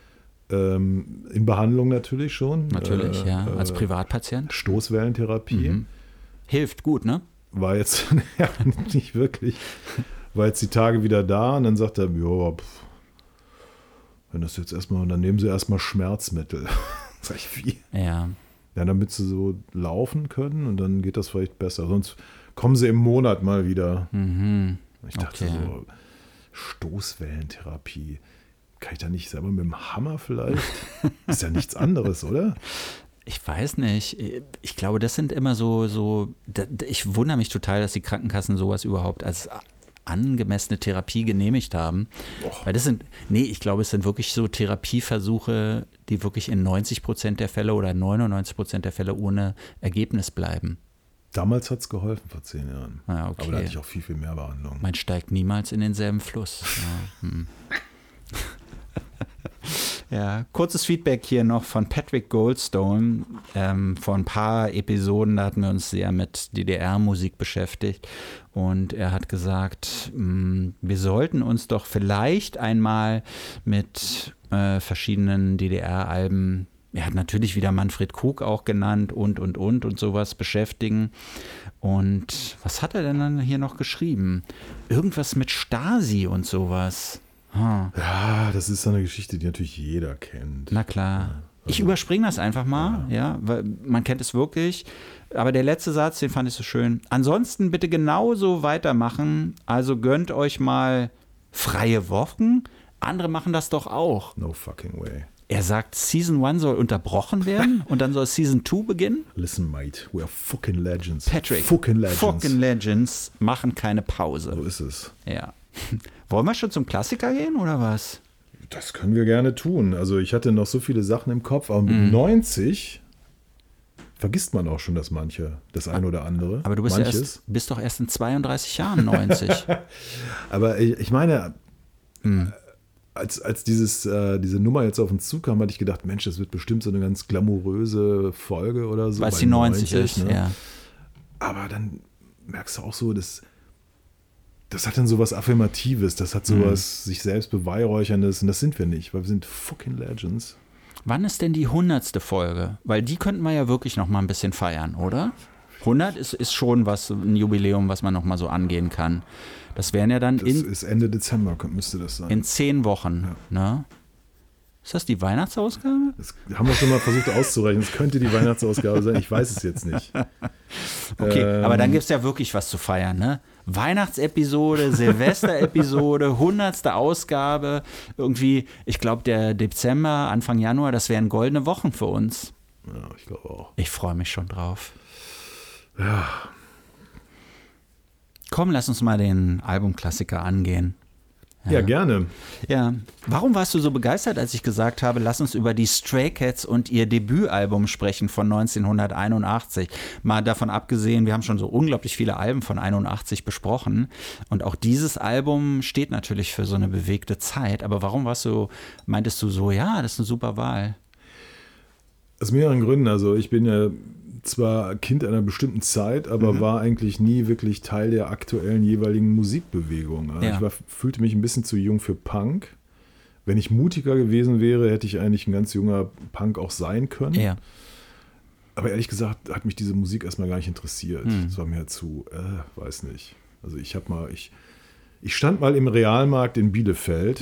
In Behandlung natürlich schon. Natürlich, als Privatpatient. Stoßwellentherapie. Hilft gut, ne? War jetzt nicht wirklich. War jetzt die Tage wieder da und dann sagt er, wenn das jetzt erstmal, dann nehmen sie erstmal Schmerzmittel. Sag ich, wie? Ja, damit sie so laufen können und dann geht das vielleicht besser. Sonst kommen sie im Monat mal wieder. Ich dachte so, Stoßwellentherapie. Kann ich da nicht selber mit dem Hammer vielleicht? Ist ja nichts anderes, oder? Ich weiß nicht. Ich glaube, das sind immer so, ich wundere mich total, dass die Krankenkassen sowas überhaupt als angemessene Therapie genehmigt haben. Weil ich glaube, es sind wirklich so Therapieversuche, die wirklich in 90% der Fälle oder 99% der Fälle ohne Ergebnis bleiben. Damals hat es geholfen, vor 10 Jahren. Ja, okay. Aber da hatte ich auch viel, viel mehr Behandlung. Man steigt niemals in denselben Fluss. Ja, Ja, kurzes Feedback hier noch von Patrick Goldstone. Vor ein paar Episoden, da hatten wir uns sehr mit DDR-Musik beschäftigt. Und er hat gesagt, wir sollten uns doch vielleicht einmal mit verschiedenen DDR-Alben, er hat natürlich wieder Manfred Krug auch genannt und sowas beschäftigen. Und was hat er denn dann hier noch geschrieben? Irgendwas mit Stasi und sowas. Ja, das ist so eine Geschichte, die natürlich jeder kennt. Na klar. Ich überspringe das einfach mal, ja, weil man kennt es wirklich. Aber der letzte Satz, den fand ich so schön. Ansonsten bitte genauso weitermachen. Also gönnt euch mal freie Wochen. Andere machen das doch auch. No fucking way. Er sagt, Season 1 soll unterbrochen werden und dann soll Season 2 beginnen. Listen, mate, we are fucking legends. Patrick, fucking legends machen keine Pause. So ist es. Ja. Wollen wir schon zum Klassiker gehen oder was? Das können wir gerne tun. Also ich hatte noch so viele Sachen im Kopf, aber mit 90 vergisst man auch schon das eine oder andere. Aber du bist doch erst in 32 Jahren 90. Aber ich meine, als diese Nummer jetzt auf uns zukam, hatte ich gedacht, Mensch, das wird bestimmt so eine ganz glamouröse Folge oder so. Weil es die 90 ist, ne? ja. Aber dann merkst du auch so, das hat dann sowas Affirmatives, das hat sowas sich selbst Beweihräucherndes und das sind wir nicht, weil wir sind fucking Legends. Wann ist denn die 100. Folge? Weil die könnten wir ja wirklich noch mal ein bisschen feiern, oder? 100 ist schon ein Jubiläum, was man noch mal so angehen kann. Das wären ja dann das ist Ende Dezember, müsste das sein. In 10 Wochen, ne? Ist das die Weihnachtsausgabe? Das haben wir schon mal versucht auszurechnen. Es könnte die Weihnachtsausgabe sein, ich weiß es jetzt nicht. Okay, aber dann gibt es ja wirklich was zu feiern, ne? Weihnachtsepisode, Silvesterepisode, 100. Ausgabe. Irgendwie, ich glaube, der Dezember, Anfang Januar, das wären goldene Wochen für uns. Ja, ich glaube auch. Ich freue mich schon drauf. Ja. Komm, lass uns mal den Albumklassiker angehen. Ja, gerne. Ja, warum warst du so begeistert, als ich gesagt habe, lass uns über die Stray Cats und ihr Debütalbum sprechen von 1981? Mal davon abgesehen, wir haben schon so unglaublich viele Alben von 81 besprochen und auch dieses Album steht natürlich für so eine bewegte Zeit. Aber warum meintest du so, ja, das ist eine super Wahl? Aus mehreren Gründen. Also ich bin ja zwar Kind einer bestimmten Zeit, aber war eigentlich nie wirklich Teil der aktuellen jeweiligen Musikbewegung. Also ich fühlte mich ein bisschen zu jung für Punk. Wenn ich mutiger gewesen wäre, hätte ich eigentlich ein ganz junger Punk auch sein können. Ja. Aber ehrlich gesagt hat mich diese Musik erstmal gar nicht interessiert. Es war mir weiß nicht. Also ich stand mal im Realmarkt in Bielefeld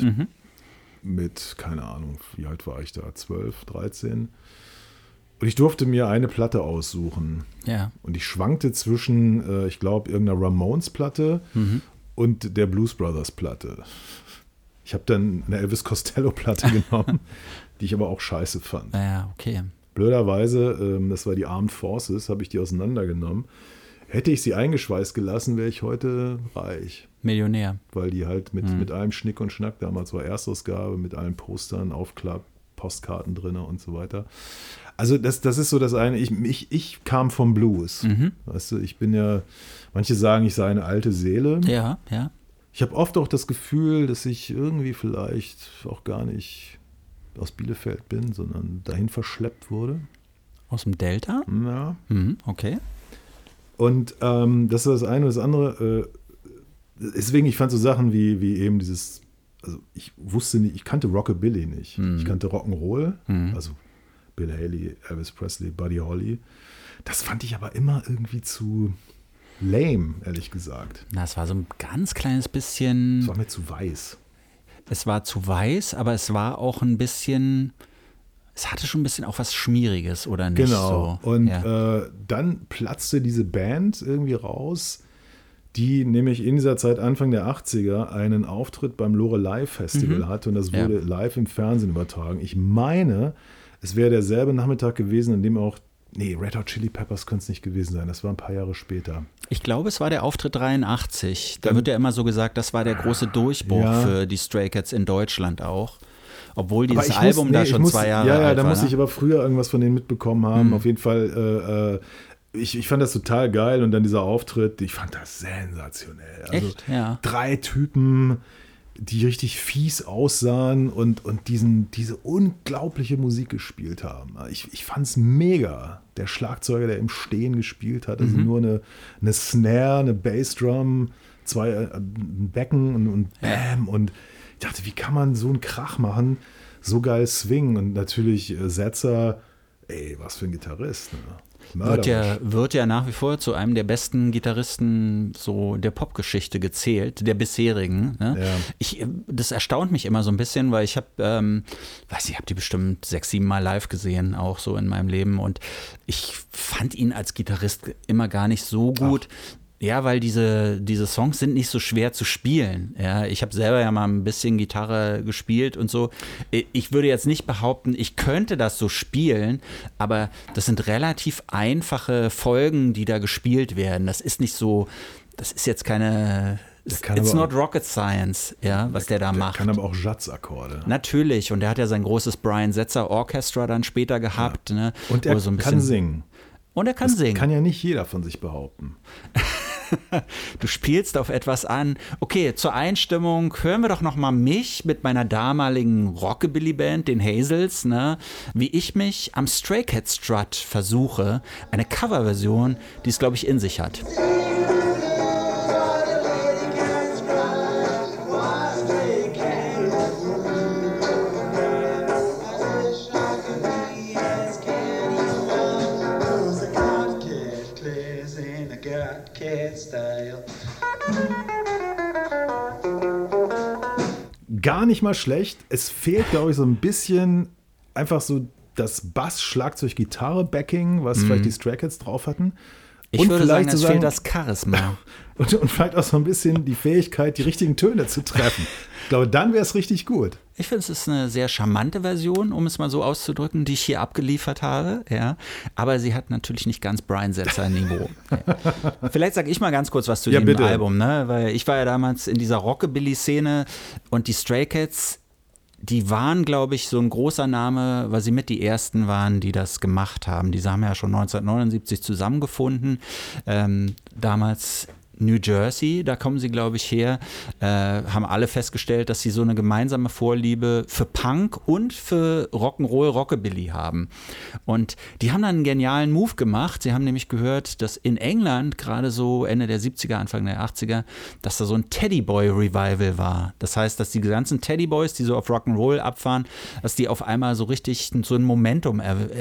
mit, keine Ahnung, wie alt war ich da? 12, 13. Und ich durfte mir eine Platte aussuchen. Ja. Und ich schwankte zwischen, ich glaube, irgendeiner Ramones-Platte und der Blues Brothers-Platte. Ich habe dann eine Elvis Costello-Platte genommen, die ich aber auch scheiße fand. Ja, okay. Blöderweise, das war die Armed Forces, habe ich die auseinandergenommen. Hätte ich sie eingeschweißt gelassen, wäre ich heute reich. Millionär. Weil die halt mit allem Schnick und Schnack, damals war Erstausgabe, mit allen Postern, Aufklapp, Postkarten drin und so weiter. Also das ist so das eine, ich kam vom Blues. Weißt du, ich bin ja, manche sagen, ich sei eine alte Seele. Ja, ja. Ich habe oft auch das Gefühl, dass ich irgendwie vielleicht auch gar nicht aus Bielefeld bin, sondern dahin verschleppt wurde. Aus dem Delta? Ja. Okay. Und das ist das eine. Das andere, deswegen, ich fand so Sachen wie eben dieses, also ich wusste nicht, ich kannte Rockabilly nicht. Ich kannte Rock'n'Roll, also Bill Haley, Elvis Presley, Buddy Holly. Das fand ich aber immer irgendwie zu lame, ehrlich gesagt. Na, es war so ein ganz kleines bisschen. Es war mir zu weiß. Es war zu weiß, aber es war auch ein bisschen. Es hatte schon ein bisschen auch was Schmieriges, oder nicht? Genau. So. Und dann platzte diese Band irgendwie raus, die nämlich in dieser Zeit Anfang der 80er einen Auftritt beim Loreley Festival hatte und das wurde live im Fernsehen übertragen. Ich meine, es wäre derselbe Nachmittag gewesen, an dem auch Nee, Red Hot Chili Peppers könnte es nicht gewesen sein. Das war ein paar Jahre später. Ich glaube, es war der Auftritt 83. Da wird ja immer so gesagt, das war der große Durchbruch für die Stray Cats in Deutschland auch. Obwohl dieses Album da schon 2 Jahre alt war. Ja, da muss ich aber früher irgendwas von denen mitbekommen haben. Auf jeden Fall, ich fand das total geil. Und dann dieser Auftritt, ich fand das sensationell. Also echt? Ja. 3 Typen, die richtig fies aussahen und diese unglaubliche Musik gespielt haben. Ich fand es mega. Der Schlagzeuger, der im Stehen gespielt hat, also nur eine Snare, eine Bassdrum, 2 Becken und Bam. Und ich dachte, wie kann man so einen Krach machen, so geil swingen? Und natürlich Setzer, ey, was für ein Gitarrist, ne? Wird ja nach wie vor zu einem der besten Gitarristen so der Popgeschichte gezählt, der bisherigen. Ne? Ja. Das erstaunt mich immer so ein bisschen, weil ich habe, habe die bestimmt 6-7 Mal live gesehen, auch so in meinem Leben. Und ich fand ihn als Gitarrist immer gar nicht so gut. Ach. Ja, weil diese Songs sind nicht so schwer zu spielen. Ja, ich habe selber ja mal ein bisschen Gitarre gespielt und so. Ich würde jetzt nicht behaupten, ich könnte das so spielen, aber das sind relativ einfache Folgen, die da gespielt werden. Das ist nicht so, das ist jetzt keine... It's not rocket science, ja, was der da macht. Kann aber auch Jazz-Akkorde. Natürlich, und der hat ja sein großes Brian Setzer Orchestra dann später gehabt. Ja. Ne, und er kann singen. Und er kann singen. Kann ja nicht jeder von sich behaupten. Du spielst auf etwas an. Okay, zur Einstimmung hören wir doch noch mal mich mit meiner damaligen Rockabilly-Band, den Hazels, ne? Wie ich mich am Stray Cat Strut versuche. Eine Coverversion, die es, glaube ich, in sich hat. Gar nicht mal schlecht. Es fehlt, glaube ich, so ein bisschen einfach so das Bass, Schlagzeug, Gitarre, Backing, was vielleicht die Stray Cats drauf hatten. Ich würde sagen, es fehlt das Charisma. Und vielleicht auch so ein bisschen die Fähigkeit, die richtigen Töne zu treffen. Ich glaube, dann wäre es richtig gut. Ich finde, es ist eine sehr charmante Version, um es mal so auszudrücken, die ich hier abgeliefert habe. Ja. Aber sie hat natürlich nicht ganz Brian Setzer-Niveau. Ja. Vielleicht sage ich mal ganz kurz was zu dem Album, ne? Weil ich war ja damals in dieser Rockabilly-Szene und die Stray Cats, die waren, glaube ich, so ein großer Name, weil sie mit die ersten waren, die das gemacht haben. Die haben ja schon 1979 zusammengefunden. Damals New Jersey, da kommen sie, glaube ich, her, haben alle festgestellt, dass sie so eine gemeinsame Vorliebe für Punk und für Rock'n'Roll, Rockabilly haben. Und die haben dann einen genialen Move gemacht. Sie haben nämlich gehört, dass in England gerade so Ende der 70er, Anfang der 80er, dass da so ein Teddyboy-Revival war. Das heißt, dass die ganzen Teddyboys, die so auf Rock'n'Roll abfahren, dass die auf einmal so richtig so ein Momentum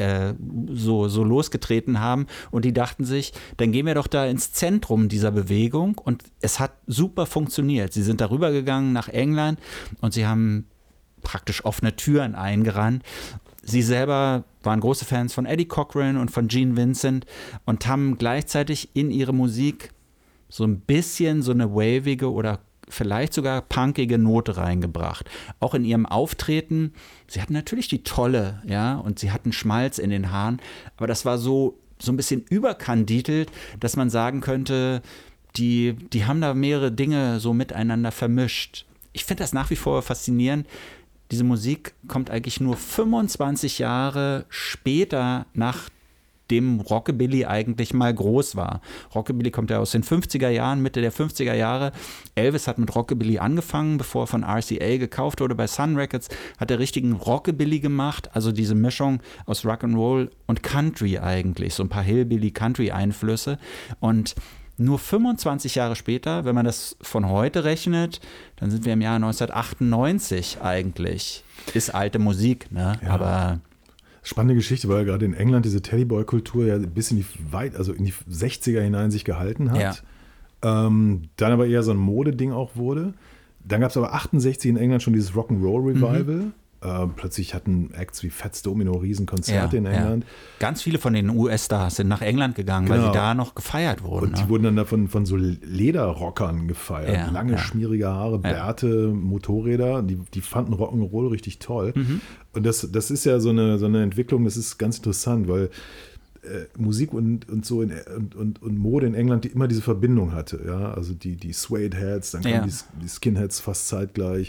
so losgetreten haben und die dachten sich, dann gehen wir doch da ins Zentrum dieser Bewegung. Und es hat super funktioniert. Sie sind darüber gegangen nach England und sie haben praktisch offene Türen eingerannt. Sie selber waren große Fans von Eddie Cochran und von Gene Vincent und haben gleichzeitig in ihre Musik so ein bisschen so eine wavige oder vielleicht sogar punkige Note reingebracht. Auch in ihrem Auftreten, sie hatten natürlich die Tolle, ja, und sie hatten Schmalz in den Haaren, aber das war so ein bisschen überkandidelt, dass man sagen könnte, die haben da mehrere Dinge so miteinander vermischt. Ich finde das nach wie vor faszinierend. Diese Musik kommt eigentlich nur 25 Jahre später, nachdem Rockabilly eigentlich mal groß war. Rockabilly kommt ja aus den 50er Jahren, Mitte der 50er Jahre. Elvis hat mit Rockabilly angefangen, bevor er von RCA gekauft wurde. Bei Sun Records hat er richtigen Rockabilly gemacht, also diese Mischung aus Rock'n'Roll und Country eigentlich, so ein paar Hillbilly-Country-Einflüsse. Und nur 25 Jahre später, wenn man das von heute rechnet, dann sind wir im Jahr 1998 eigentlich. Ist alte Musik, ne? Ja. Aber spannende Geschichte, weil gerade in England diese Teddyboy-Kultur ja bis in die 60er hinein sich gehalten hat. Ja. Dann aber eher so ein Modeding auch wurde. Dann gab es aber 68 in England schon dieses Rock'n'Roll-Revival. Plötzlich hatten Acts wie Fats Domino Riesenkonzerte in England. Ja. Ganz viele von den US-Stars sind nach England gegangen, weil sie da noch gefeiert wurden. Und die wurden dann davon von so Lederrockern gefeiert. Ja, lange, schmierige Haare, Bärte, Motorräder. Die fanden Rock'n'Roll richtig toll. Und das ist ja so eine Entwicklung, das ist ganz interessant, weil Musik und so und Mode in England, die immer diese Verbindung hatte. Ja? Also die Suede Hats, dann kamen die Skinheads fast zeitgleich.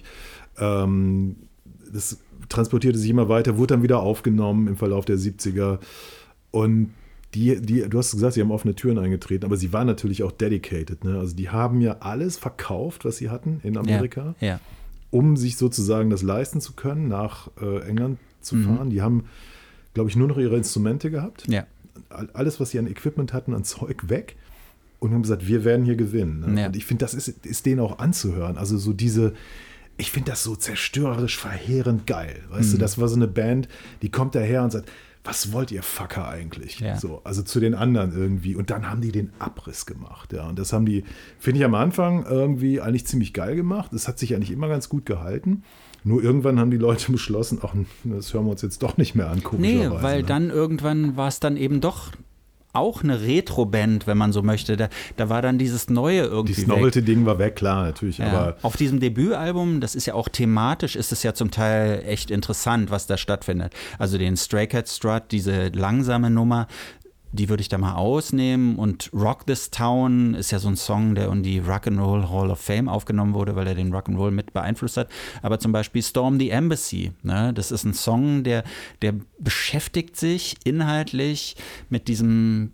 Das transportierte sich immer weiter, wurde dann wieder aufgenommen im Verlauf der 70er. Und du hast gesagt, sie haben offene Türen eingetreten, aber sie waren natürlich auch dedicated. Ne? Also die haben ja alles verkauft, was sie hatten in Amerika, um sich sozusagen das leisten zu können, nach England zu fahren. Die haben, glaube ich, nur noch ihre Instrumente gehabt. Ja. Alles, was sie an Equipment hatten, an Zeug weg. Und haben gesagt, wir werden hier gewinnen. Ne? Ja. Und ich finde, das ist denen auch anzuhören. Also so ich finde das so zerstörerisch verheerend geil. Weißt du, das war so eine Band, die kommt daher und sagt, was wollt ihr Fucker eigentlich? Ja. So, also zu den anderen irgendwie. Und dann haben die den Abriss gemacht. Ja. Und das haben die, finde ich, am Anfang irgendwie eigentlich ziemlich geil gemacht. Das hat sich eigentlich immer ganz gut gehalten. Nur irgendwann haben die Leute beschlossen, ach, das hören wir uns jetzt doch nicht mehr an, komischerweise. Nee, weil dann irgendwann war es dann eben doch auch eine Retro-Band, wenn man so möchte. Da war dann dieses Neue irgendwie Dieses Novelty-Ding war weg, klar, natürlich. Ja. Aber auf diesem Debütalbum, das ist ja auch thematisch, ist es ja zum Teil echt interessant, was da stattfindet. Also den Stray Cat Strut, diese langsame Nummer, die würde ich da mal ausnehmen. Und Rock This Town ist ja so ein Song, der in die Rock'n'Roll Hall of Fame aufgenommen wurde, weil er den Rock'n'Roll mit beeinflusst hat. Aber zum Beispiel Storm the Embassy, ne? Das ist ein Song, der beschäftigt sich inhaltlich mit diesem,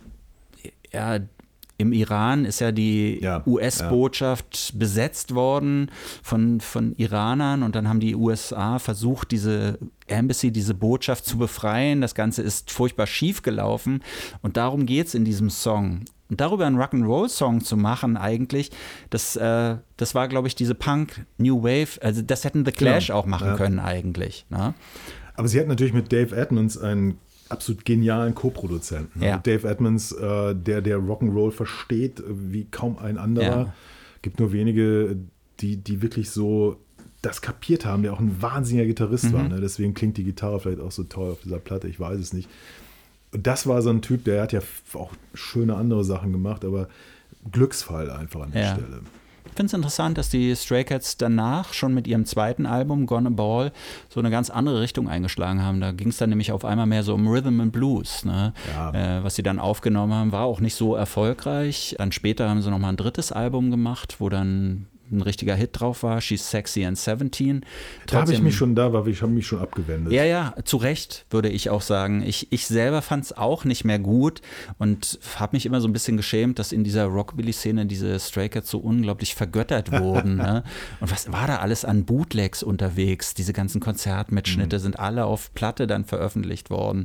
im Iran ist ja die US-Botschaft besetzt worden von Iranern und dann haben die USA versucht, diese Embassy, diese Botschaft zu befreien. Das Ganze ist furchtbar schief gelaufen und darum geht es in diesem Song. Und darüber einen Rock'n'Roll-Song zu machen eigentlich, das war, glaube ich, diese Punk, New Wave, also das hätten The Clash auch machen können eigentlich. Ne? Aber sie hatten natürlich mit Dave Edmunds einen absolut genialen Co-Produzenten. Ja. Dave Edmunds, der Rock'n'Roll versteht wie kaum ein anderer. Ja. Gibt nur wenige, die wirklich so das kapiert haben, der auch ein wahnsinniger Gitarrist war. Ne? Deswegen klingt die Gitarre vielleicht auch so toll auf dieser Platte, ich weiß es nicht. Und das war so ein Typ, der hat ja auch schöne andere Sachen gemacht, aber Glücksfall einfach an der Stelle. Ich finde es interessant, dass die Stray Cats danach schon mit ihrem zweiten Album, Gonna Ball, so eine ganz andere Richtung eingeschlagen haben. Da ging es dann nämlich auf einmal mehr so um Rhythm and Blues. Ne? Ja. Was sie dann aufgenommen haben, war auch nicht so erfolgreich. Dann später haben sie nochmal ein drittes Album gemacht, wo dann ein richtiger Hit drauf war, She's Sexy and 17. Da habe ich mich schon abgewendet. Ja, zu Recht, würde ich auch sagen. Ich selber fand es auch nicht mehr gut und habe mich immer so ein bisschen geschämt, dass in dieser Rockabilly-Szene diese Stray Cats so unglaublich vergöttert wurden. Ne? Und was war da alles an Bootlegs unterwegs? Diese ganzen Konzertmitschnitte sind alle auf Platte dann veröffentlicht worden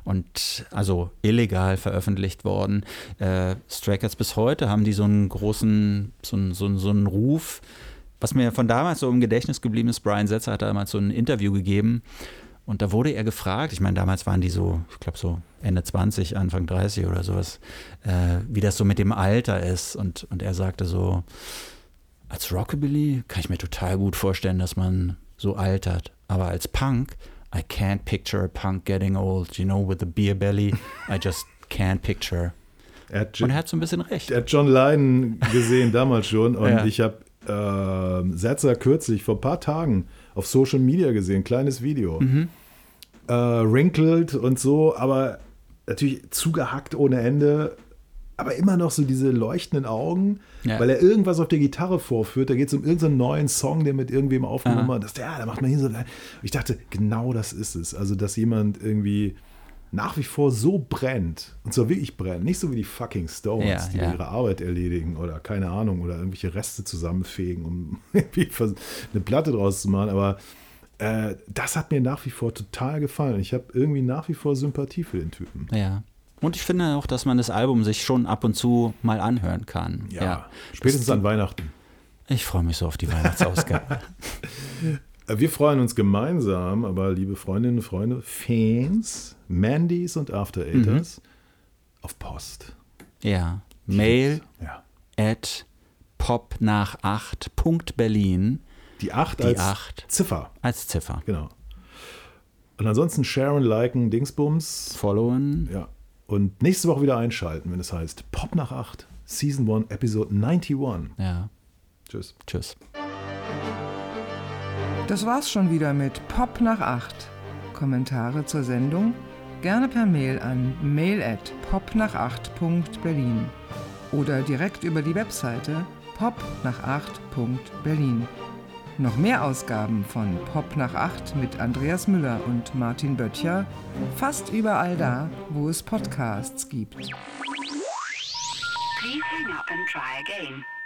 und also illegal veröffentlicht worden. Stray Cats bis heute haben die so einen großen, so einen Ruf. Was mir von damals so im Gedächtnis geblieben ist, Brian Setzer hat damals so ein Interview gegeben und da wurde er gefragt, ich meine, damals waren die so, ich glaube so Ende 20, Anfang 30 oder sowas, wie das so mit dem Alter ist und er sagte so, als Rockabilly kann ich mir total gut vorstellen, dass man so altert, aber als Punk, I can't picture a punk getting old, you know, with a beer belly, I just can't picture. Und er hat so ein bisschen recht. Er hat John Lydon gesehen damals schon und ich habe Setzer kürzlich vor ein paar Tagen auf Social Media gesehen, kleines Video. Wrinkled und so, aber natürlich zugehackt ohne Ende, aber immer noch so diese leuchtenden Augen, weil er irgendwas auf der Gitarre vorführt. Da geht es um irgendeinen neuen Song, der mit irgendwem aufgenommen hat. Da macht man hier so. Ich dachte, genau das ist es. Also, dass jemand irgendwie nach wie vor so brennt, und zwar wirklich brennt, nicht so wie die fucking Stones, die ihre Arbeit erledigen oder keine Ahnung, oder irgendwelche Reste zusammenfegen, um irgendwie eine Platte draus zu machen, aber das hat mir nach wie vor total gefallen. Ich habe irgendwie nach wie vor Sympathie für den Typen. Ja. Und ich finde auch, dass man das Album sich schon ab und zu mal anhören kann. Ja. Spätestens an Weihnachten. Ich freue mich so auf die Weihnachtsausgabe. Wir freuen uns gemeinsam, aber liebe Freundinnen und Freunde, Fans, Mandys und After Eighters auf Post. Ja, Mail at popnach8.berlin. Die 8 als Ziffer. Als Ziffer. Genau. Und ansonsten sharen, liken, Dingsbums. Followen. Ja. Und nächste Woche wieder einschalten, wenn es heißt Pop nach 8, Season 1, Episode 91. Ja. Tschüss. Das war's schon wieder mit Pop nach 8. Kommentare zur Sendung Gerne per Mail an mail@popnach8.berlin oder direkt über die Webseite popnach8.berlin. Noch mehr Ausgaben von Pop nach 8 mit Andreas Müller und Martin Böttcher fast überall da, wo es Podcasts gibt. Please hang up and try again.